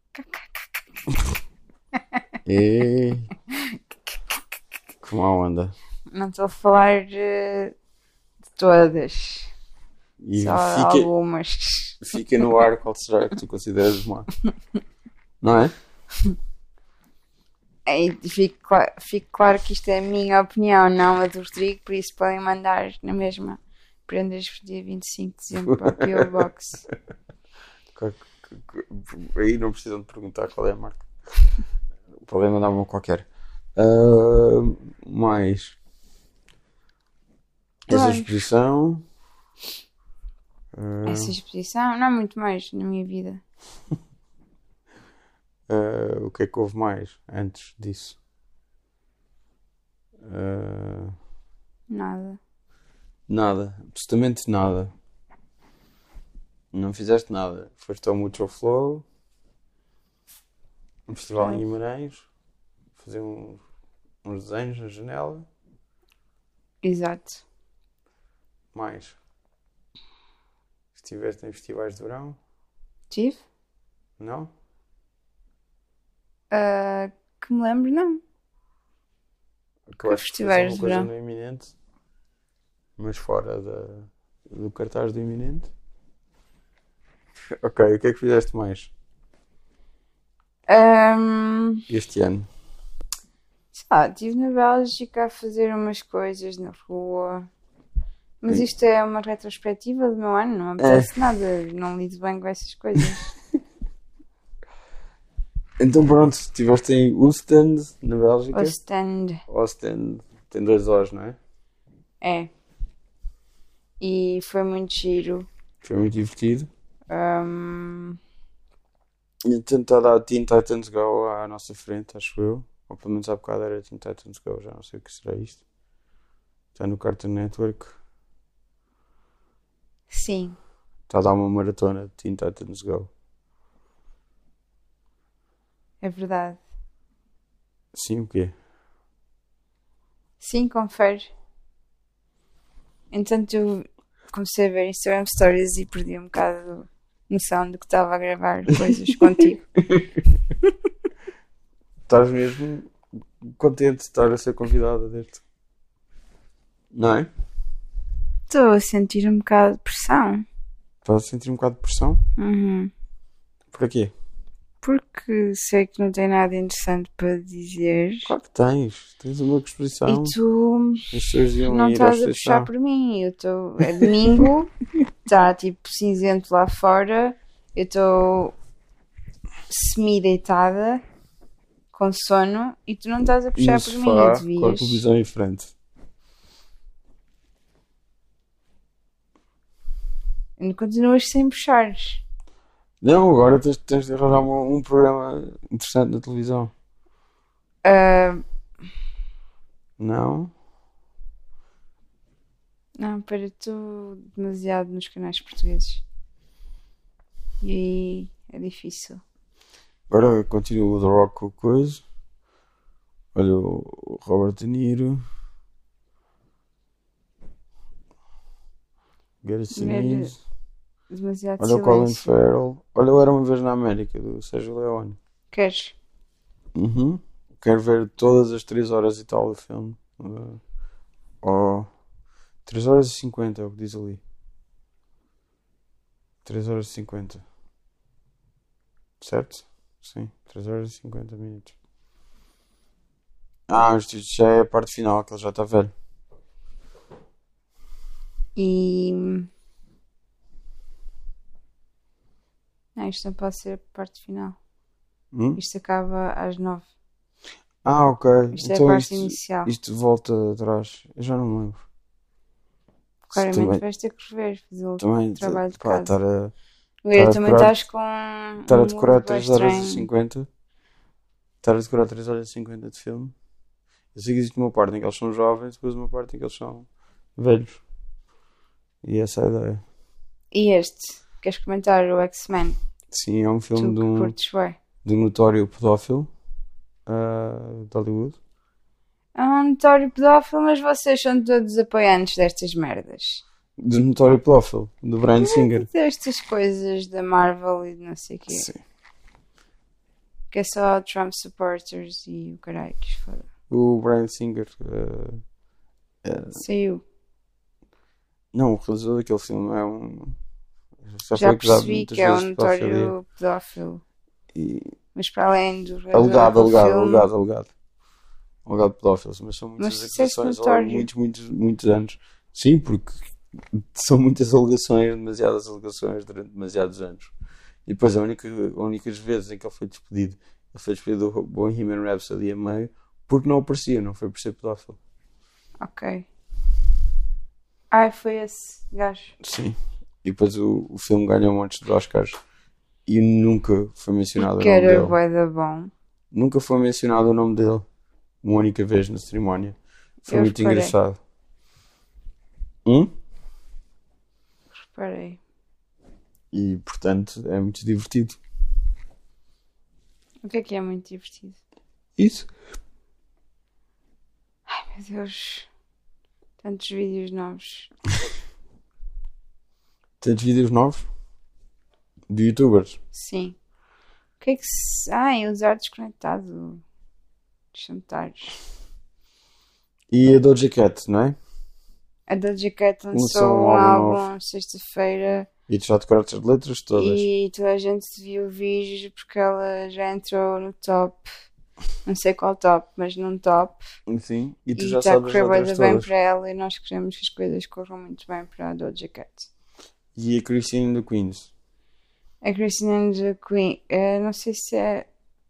E. Que má onda. Não estou a falar eh, de todas, E só fica, algumas. fica no ar qual será que tu consideras má. Não é? E fique, cla- fique claro que isto é a minha opinião, não a do Rodrigo, por isso podem mandar na mesma prendas dia vinte e cinco de dezembro para a P O Box. Co- co- co- Aí não precisam de perguntar qual é a marca. Podem mandar uma qualquer. Ah, mais. Essa Pronto. exposição. ah, Essa exposição, não há muito mais na minha vida. ah, o que é que houve mais antes disso? Ah, Nada. nada. Absolutamente nada. Não fizeste nada. Foste ao Mutual Flow, um festival em Guimarães, fazer um- uns desenhos na janela. Exato. Mais. Estiveste em festivais de verão? Tive? Não? Ah, que me lembro, não. Acabaste de fazer festivais uma de coisa verão? no Iminente, mas fora da, do cartaz do Iminente. Ok, o que é que fizeste mais Ahm, este ano? sei lá, estive na Bélgica a fazer umas coisas na rua. Mas Sim. isto é uma retrospectiva do meu ano, não me apetece nada. Não lido bem com essas coisas. Então pronto, estiveste em Ostend, na Bélgica. Ostend. Ostend tem dois O's, não é? É. E foi muito giro. Foi muito divertido. Ahm, E tentar dar Teen Titans Go à nossa frente, acho eu. Ou pelo menos há bocado era Teen Titans Go, já não sei o que será isto. Está no Cartoon Network. sim. Está a dar uma maratona de Teen Titans Go. É verdade. Sim, o quê? Sim, confere. Entanto, eu comecei a ver Instagram Stories e perdi um bocado noção de que estava a gravar coisas contigo. Estás mesmo contente de estar a ser convidada deste? Não é? Estou a sentir um bocado de pressão. Estás a sentir um bocado de pressão? Uhum. Por quê? Porque sei que não tem nada interessante para dizer. Claro que tens. Tens uma exposição. E tu As pessoas iam não ir à estás a exposição. puxar por mim. Eu estou. É domingo, está tipo cinzento lá fora. Eu estou semi-deitada, com sono, e tu não estás a puxar No por sofá, mim. Eu com a devias. televisão em frente. Continuas sem puxares. Não, agora tens, tens de arranjar um, um programa interessante na televisão. Ah, Não? não, pera, estou demasiado nos canais portugueses. E aí é difícil. Agora continua o The Rock com a coisa. Olha o Robert De Niro. Gary Sinise. Demasiado Olha o Colin silêncio. Farrell. Olha o Era Uma Vez na América, do Sérgio Leone. Queres? Uhum. Quero ver todas as três horas e tal do filme. Uh, oh, três horas e cinquenta é o que diz ali. três horas e cinquenta. Certo? Sim, três horas e cinquenta minutos. Ah, isto já é a parte final, que ele já está velho. E. Não, isto não pode ser a parte final. Hum? Isto acaba às nove. Ah, ok. Isto é a Então parte isto, inicial. isto volta atrás. Eu já não me lembro. Claramente também- vais ter que rever, fazer o Também, trabalho de pá, casa. estar a, Luíra, estar a também decorar- estás com. estar a um decorar mood três bué horas e estranho. cinquenta. Estar a decorar três horas e cinquenta de filme. Eu sei que existe uma parte em que eles são jovens, depois uma parte em que eles são velhos. E essa é a ideia. E este? Queres comentar o X-Men? Sim, é um Tu filme de que um, curtes bué. de um notório pedófilo uh, de Hollywood. É um notório pedófilo, mas vocês são todos apoiantes destas merdas. De um notório pedófilo, do Bryan Singer. Destas coisas da Marvel e de não sei o quê. Sim. Que é só Trump supporters e o caralho que se foda. O Bryan Singer. uh, uh, Saiu. não, o realizador daquele filme é um. Já, Já foi acusado percebi muitas que é um vezes de pedofilia. notório pedófilo. E Mas para além do alegado, do alegado, filme, alegado, alegado. Alegado pedófilos, mas são muitas Mas disseste acusações ao longo de notório. muitos, muitos, muitos anos. Sim, porque são muitas alegações, demasiadas alegações durante demasiados anos. E depois a única, a únicas vezes em que ele foi despedido, ele foi despedido do Bohemian Rhapsody a meio, porque não aparecia, não foi por ser pedófilo. Ok. Ai, foi esse gajo. Sim. E depois o, o filme ganhou um monte de Oscars e nunca foi mencionado Porque o nome era dele. bué da bom. Nunca foi mencionado o nome dele. Uma única vez na cerimónia. Foi Eu muito reparei. engraçado. Hum? Reparei. E portanto é muito divertido. O que é que é muito divertido? Isso. Ai meu Deus. Tantos vídeos novos. Tantos vídeos novos de youtubers. Sim. O que é que se. Ai, usar desconectado. Deixa-me estar. E a Doja Cat, não é? A Doja Cat Lançou lançou um um álbum álbum sexta-feira E tu já decoraste as letras todas. e toda a gente viu o vídeo porque ela já entrou no top. Não sei qual top, mas num top. Sim. E tu E já está a sabes as correr bué letras da bem todas. para ela e nós queremos que as coisas corram muito bem para a Doja Cat. E a Christine da Queens. A Christine and the Queen, eh, não sei se é.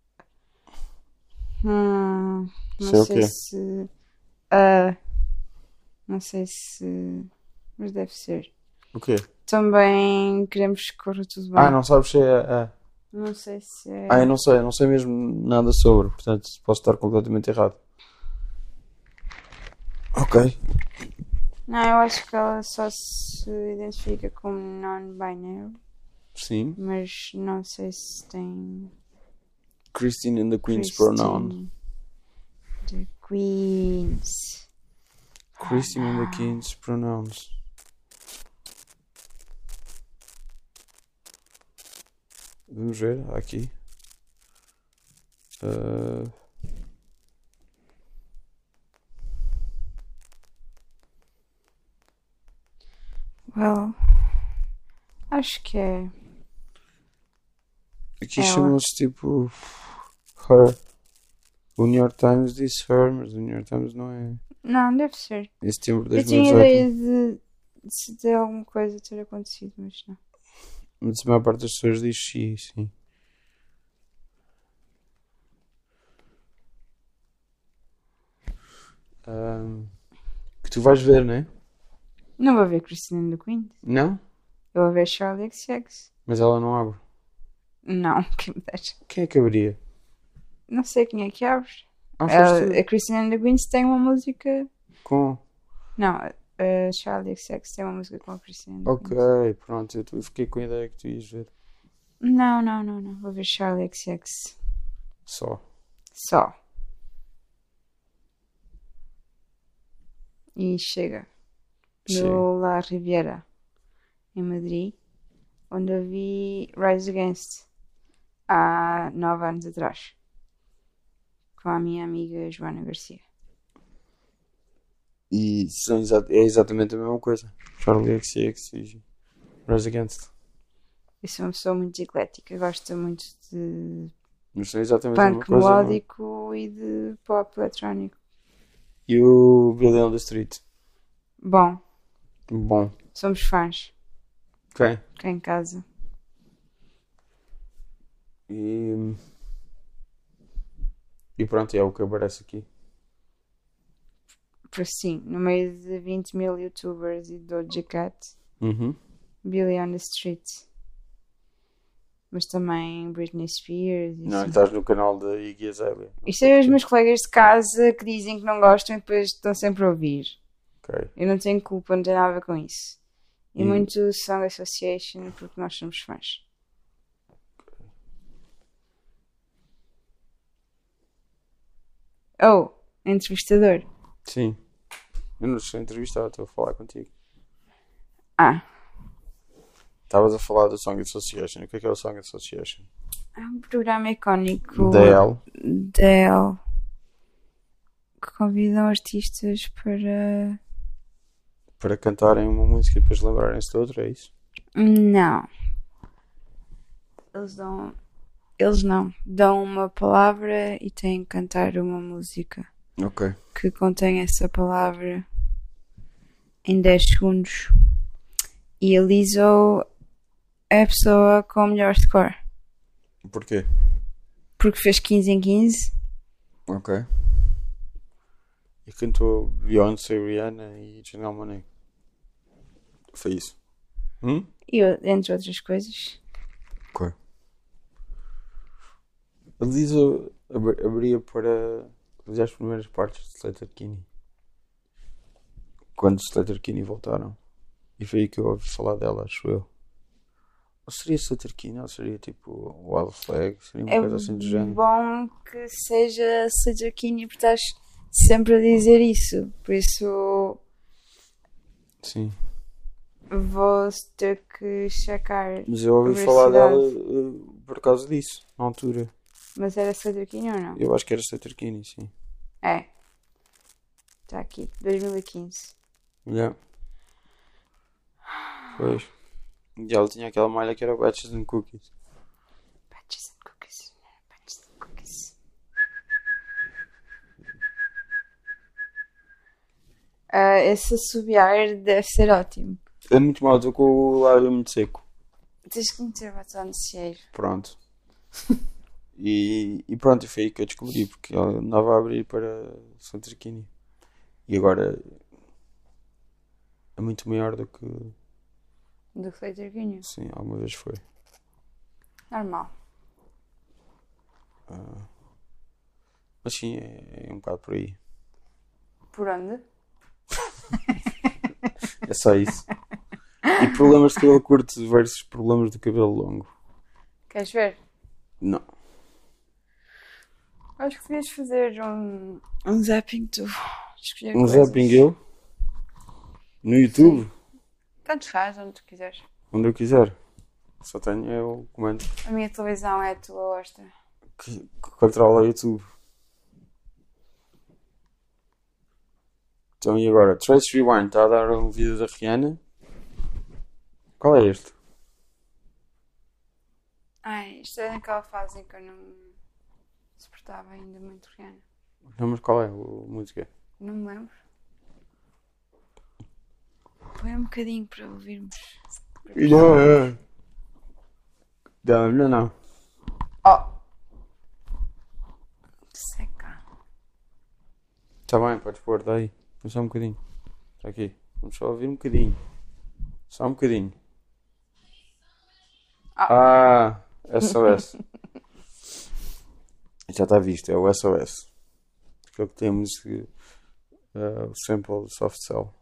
Hum, não Sei o sei quê? se. ah, não sei se. Mas deve ser. O quê? Também queremos que corra tudo bem. Ah, não sabes se é a... Não sei se é. Ah, eu não sei. Eu não sei mesmo nada sobre. Portanto, posso estar completamente errado. Ok. Não, eu acho que ela só se identifica como non-binary, Sim. mas não sei se tem Christine and the Queen's pronoun. Christine. The Queens. Christine and the Queen's pronouns. Vamos ver, aqui. Uh... Well, acho que é. Aqui Ela. chama-se tipo her. O New York Times disse her, mas o New York Times não é. Não, deve ser. Em setembro de Eu tinha dois mil e ideia dezoito. de, de se ter alguma coisa ter acontecido, mas não. Mas a maior parte das pessoas diz she, sim. Um, que tu vais ver, não é? Não vou ver Christine and the Queens. Não? Eu vou ver Charlie X C X. Mas ela não abre. Não, quem me deixa. Quem é que abriria? Não sei quem é que abre. Ah, Ela- foste tu. a Christine and the Queens tem uma música. Com. Não, a Charlie X C X tem uma música com a Christine and the Ok, Queens. pronto. Eu tu- fiquei com a ideia que tu ias ver. Não, não, não, não. Vou ver Charlie X C X. Só. Só. E chega. Chega. No La Riviera, em Madrid, onde eu vi Rise Against há nove anos atrás, com a minha amiga Joana Garcia. E são exa- é exatamente a mesma coisa. Charlie X C X e Rise Against. Eu sou uma pessoa muito eclética, gosto muito de Mas são exatamente a mesma punk coisa. não é? melódico e de pop eletrónico. E o Billy on the Street. Bom, Bom. somos fãs Ok. cá em casa. E. E pronto, é o que aparece aqui. Por sim, no meio de vinte mil youtubers e Doja Cat, Uhum. Billy on the Street. Mas também Britney Spears e Não, assim. estás no canal da Iggy Azalea. Isto é os meus colegas de casa que dizem que não gostam e depois estão sempre a ouvir. Ok. Eu não tenho culpa, não tenho nada a ver com isso. E E- muito Song Association porque nós somos fãs. Oh, entrevistador. Sim. Eu não estou a entrevistar, estou a falar contigo. Ah, Estavas a falar do Song Association. O que é que é o Song Association? é um programa icónico D L. D L que convidam artistas para. Para cantarem uma música e depois lembrarem-se de outra, é isso? Não. Eles dão. Eles não. Dão uma palavra e têm que cantar uma música Ok. que contém essa palavra em dez segundos. E a Lizzo é a pessoa com o melhor score. Porquê? Porque fez quinze em quinze. Ok. E cantou Beyoncé, Rihanna e Janelle Monáe. Foi isso. Hum? E eu- entre outras coisas. Ok. A Lizzo ab- abria para fazer as primeiras partes de Slater Kinney. Quando Slater Kinney voltaram. E foi aí que eu ouvi falar dela, acho eu. Ou seria Slater Kinney, ou seria tipo Wild Flag, seria uma É coisa assim do género. bom que seja Sajakini porque estás sempre a dizer isso. Por isso Sim. vou ter que checar. Mas eu ouvi Universidade. falar dela uh, por causa disso, na altura. Mas era Sajakini ou não? Eu acho que era Slater Kinney, sim. É. Está aqui, dois mil e quinze. Yeah. Pois. E ela tinha aquela malha que era Batches and Cookies. Patches and cookies. Patches and cookies. Ah, esse assobiar deve ser ótimo. É muito mal, estou com o lábio muito seco. Tens que meter batom no cieiro. Pronto. E, e pronto, e foi aí que eu descobri, porque ela andava a abrir para Slater Kinney. E agora é muito maior do que, Do Slater Kinney. sim, alguma vez foi. Normal. Mas sim, é, é um bocado por aí. Por onde? É só isso. E problemas de cabelo curto versus problemas de cabelo longo. Queres ver? Não. Acho que devias fazer um, um zapping tu. Escolher Um coisas. zapping eu? No YouTube? Tanto faz, onde tu quiseres. Onde eu quiser. Só tenho é o comando A minha televisão é a tua hosta. que, que controla o YouTube. Então e agora? Trace Rewind está a dar um vídeo da Rihanna. Qual é este? Ai, isto é naquela fase em que eu não suportava ainda muito Rihanna. Não, mas qual é a música? Não me lembro. Põe um bocadinho para ouvirmos. Não, não. Não, não, não. Oh! Seca. Está bem, podes pôr, daí. Vamos só um bocadinho. Está aqui. Vamos só ouvir um bocadinho. Só um bocadinho. Ah, S O S. Já está visto, é o S O S. Aquele que temos uh, o sample Soft Cell.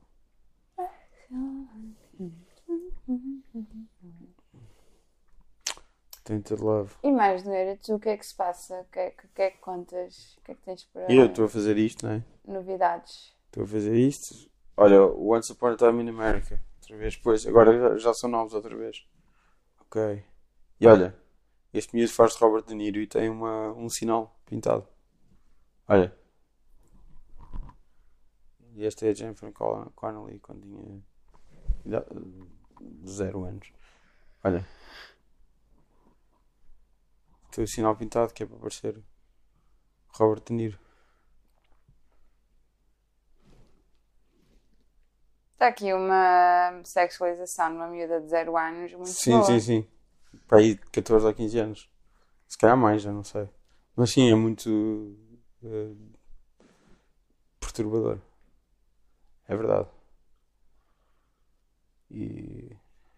Tainted Love. E mais, Noeira, tu o que é que se passa? O que é que, que, é que contas? O que é que tens para E eu estou a fazer isto, não é? novidades? Estou a fazer isto. Olha, Once Upon a Time in America. Outra vez, pois. Agora já, já são novos outra vez. Ok. E olha, este miúdo faz de Robert De Niro e tem uma, um sinal pintado. Olha. E esta é a Jennifer Con- Connelly quando tinha idade- zero anos. Olha. Tem o sinal pintado que é para parecer Robert De Niro. Está aqui uma sexualização de uma miúda de zero anos muito Sim, boa. sim, sim. Para aí catorze ou quinze anos. Se calhar mais, já não sei. Mas sim, é muito eh, perturbador. É verdade. E...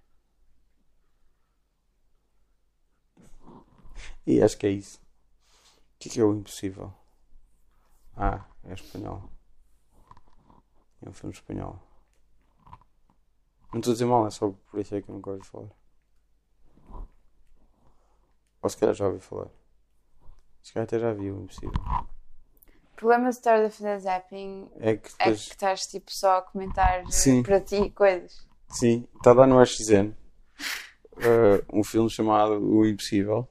e acho que é isso. O que é que é o impossível? Ah, é espanhol. É um filme espanhol. Não estou a dizer mal, é só por isso é que eu nunca ouvi falar. Ou se calhar já ouvi falar. Se calhar até já vi o impossível. O problema de estar a fazer zapping É que é que depois... estás tipo só a comentar Sim. para ti coisas. Sim, está a dar no X N uh, um filme chamado O Impossível.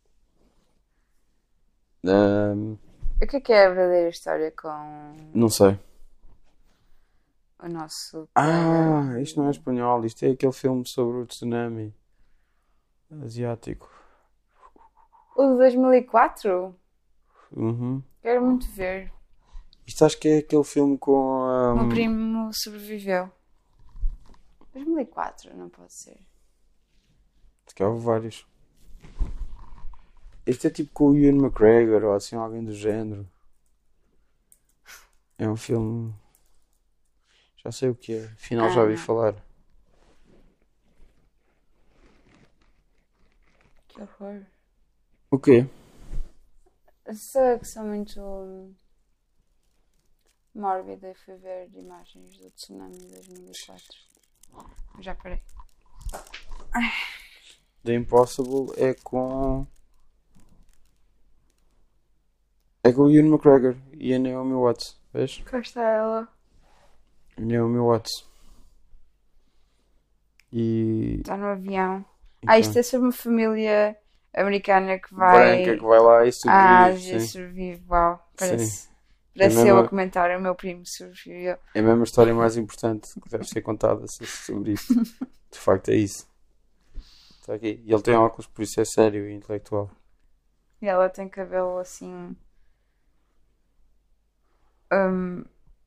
Um, O que é que é a verdadeira história com não sei. o nosso Ah, colega? isto não é espanhol. Isto é aquele filme sobre o tsunami asiático. O de dois mil e quatro? Uhum. Quero muito ver. Isto acho que é aquele filme com. O meu Um... primo sobreviveu. dois mil e quatro, não pode ser. Se calhar houve vários. Este é tipo com o Ewan McGregor ou assim, alguém do género. É um filme. Já sei o que é. Afinal, já Ah, ouvi não. falar. Que horror. O quê? Sei que sou muito hum, mórbida e fui ver imagens do tsunami de dois mil e quatro. Já parei. The Impossible é com. É com o Ewan McGregor e a Naomi Watts. Vês? Cá está ela. A Naomi Watts. E. Está no avião. Então, Ah, isto é sobre uma família americana que vai branca que vai lá e à sobrevive. Ásia, Sim. sobrevive. Uau, parece. Sim. Parece É eu mesmo- a comentar. O meu primo sobreviveu. É a mesma história mais importante que deve ser contada so- sobre isto. De facto, é isso. Está aqui. E ele tem óculos, por isso é sério e intelectual. E ela tem cabelo assim. hum,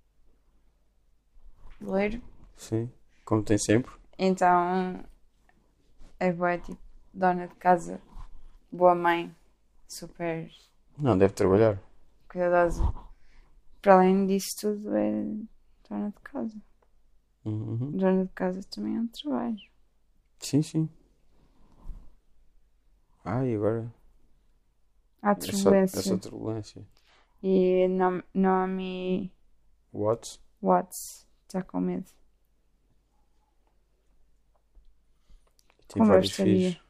loiro. Sim. Como tem sempre. Então é boa, tipo, dona de casa, boa mãe, super Não, deve trabalhar. cuidadosa. Para além disso tudo, é dona de casa. Uhum. Dona de casa também é um trabalho. Sim, sim. Ah, e agora? Há Essa, turbulência. essa turbulência. E Nam- Naomi What? Watts está com medo. Tem Como eu vários estaria? filhos.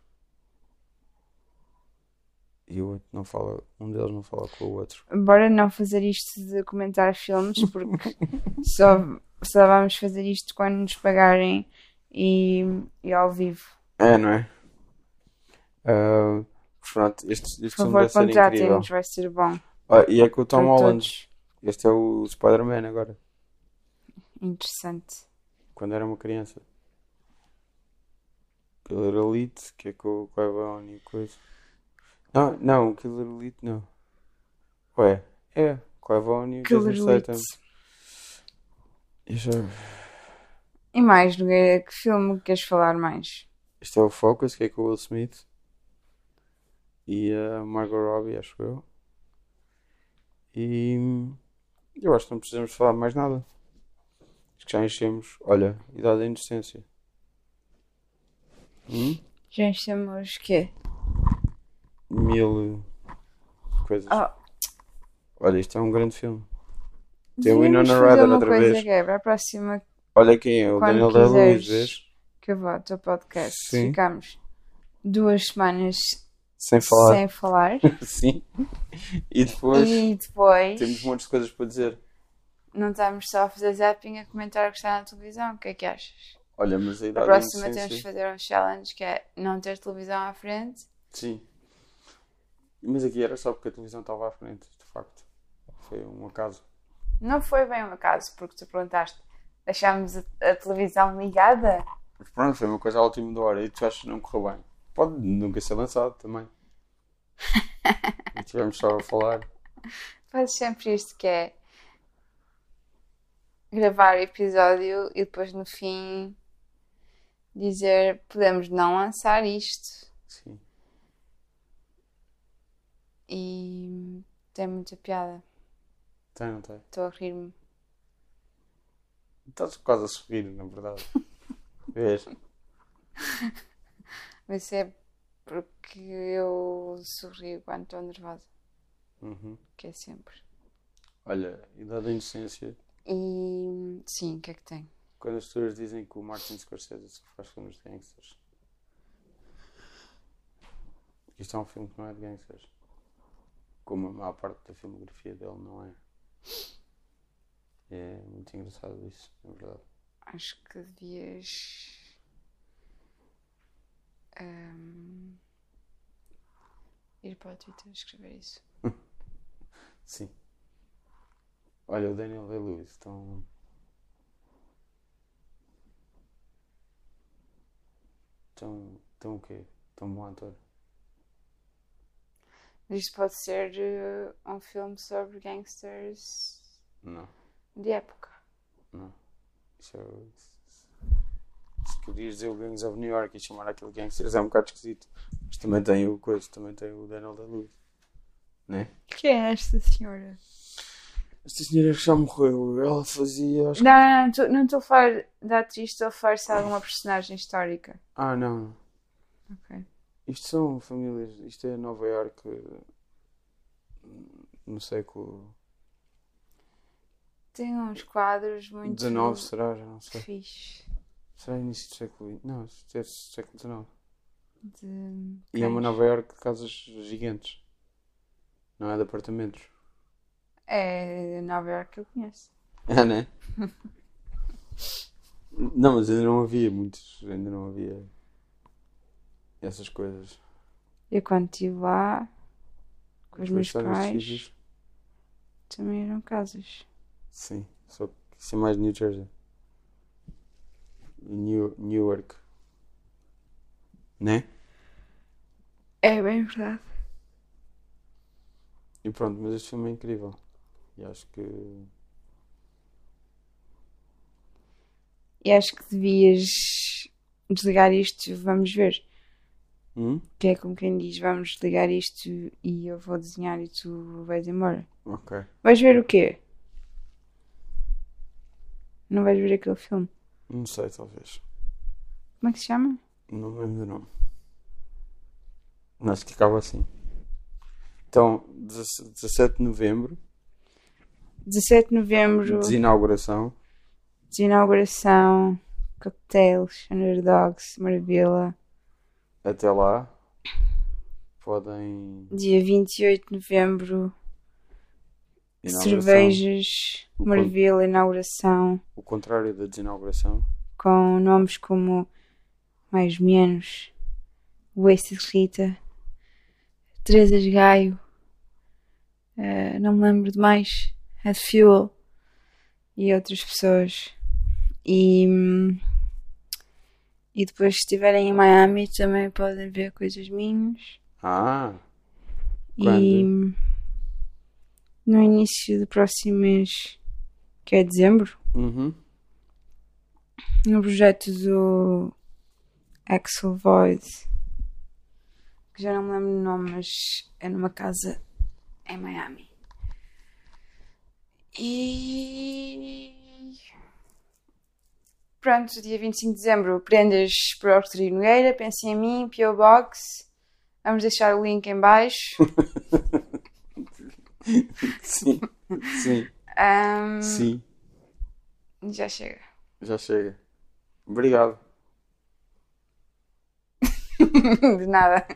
E o outro não fala, um deles não fala com o outro. Bora não fazer isto de comentar filmes, porque só, só vamos fazer isto quando nos pagarem e, e ao vivo. É, não é? Ah, pronto, este, Por este filme favor, vai ser incrível. contratem-nos, vai ser bom Ah, e é com o Tom para Holland. todos. Este é o Spider-Man agora. Interessante. Quando era uma criança. Killer Elite, que é com o Qui-Gon e coisa. Não, não, Killer Elite não. Ué, é. Qui-Gon e o Killer Jason Elite. Statham. E já- E mais, Nogueira, que filme queres falar mais? Este é o Focus, que é com o Will Smith. E a Margot Robbie, acho eu. E eu acho que não precisamos falar mais nada. Acho que já enchemos. Olha, idade da inocência. Hum? Já enchemos o quê? Mil coisas. Oh, Olha, isto é um grande filme. Tem o devíamos Winona fazer Ryder uma outra coisa vez. que é para a próxima, Olha quem é, o quando Daniel Day-Lewis, quiseres vês? que eu vá ao teu podcast. Sim. Ficamos duas semanas Sem falar. sem falar Sim. E depois e depois temos montes de coisas para dizer. não estamos só a fazer zapping a comentar o que está na televisão. O que é que achas? Olha, mas a A idade da próxima temos de inocência. fazer um challenge que é não ter televisão à frente. Sim. Mas aqui era só porque a televisão estava à frente, de facto. Foi um acaso. Não foi bem um acaso, porque tu perguntaste, deixámos a, a televisão ligada? Mas pronto, foi uma coisa à última da hora e tu achas que não correu bem. Pode nunca ser lançado também. E tivemos só a falar. Fazes sempre isto que é gravar o episódio e depois no fim dizer podemos não lançar isto. Sim. E tem muita piada. Tem, não tem? Estou a rir-me. Estás quase a sorrir, na verdade. Vês? Mas é porque eu sorrio quando estou nervosa, Uhum. que é sempre. Olha, idade da inocência. E sim, o que é que tem? Quando as pessoas dizem que o Martin Scorsese só faz filmes de gangsters. Isto é um filme que não é de gangsters. Como a maior parte da filmografia dele não é. É muito engraçado isso, é verdade. Acho que devias ahm, ir para o Twitter escrever isso. Sim. Olha, o Daniel Day-Lewis, tão... Tão... Tão o quê? Tão bom ator. Isto pode ser eh, um filme sobre gangsters Não, de época. não. Isso é... Se querias dizer o Gangs of New York e chamar aquele gangsters é um bocado esquisito. Mas também tem o coisa, também tem o Daniel Day-Lewis. Né? Quem é esta senhora? Esta senhora que já morreu, ela fazia... Acho que... Não, não, não, não estou a falar da atriz, estou a falar se há alguma personagem histórica. Ah, não, não. Ok. Isto são famílias, isto é Nova Iorque no século Tem uns quadros muito dezenove, será? Já não sei. fixe. Será início do século vinte? Não, isto é século dezenove. De E é uma cães. Nova Iorque de casas gigantes. Não é de apartamentos. É Nova Iorque que eu conheço. É, né? Não, mas ainda não havia muitos, ainda não havia essas coisas. Eu quando estive lá com os Foi meus estar nestes pais sítios? também eram casas. Sim, só que isso é mais New Jersey. E New, Newark. Né? É bem verdade. E pronto, mas este filme é incrível. E acho que... E acho que devias desligar isto, vamos ver. Hum? Que é como quem diz, vamos desligar isto e eu vou desenhar e tu vais embora. Ok. Vais ver o quê? Não vais ver aquele filme? Não sei, talvez. Como é que se chama? Não me lembro do nome. Acho que acaba assim. Então, dezassete de novembro, dezassete de novembro, de inauguração. de inauguração, cocktails, underdogs, maravilha. Até lá, podem. Dia vinte e oito de novembro, Inauguração. cervejas, O con- Marvila, inauguração, O contrário da desinauguração. com nomes como Mais Menos, Wasted Rita, Teresa Gaio, eh, não me lembro de mais, Head Fuel e outras pessoas. E, hum, e depois, se estiverem em Miami, também podem ver coisas minhas. Ah, E quando? hum, no início do próximo mês, que é dezembro, Uhum. no projeto do Axel Void, que já não me lembro o nome, mas é numa casa em Miami. E pronto, dia vinte e cinco de dezembro, prendas para o Arthur Nogueira, pensem em mim, P O Box. Vamos deixar o link em baixo. Sim, sim, Ahm, sim. Já chega. Já chega. Obrigado. De nada.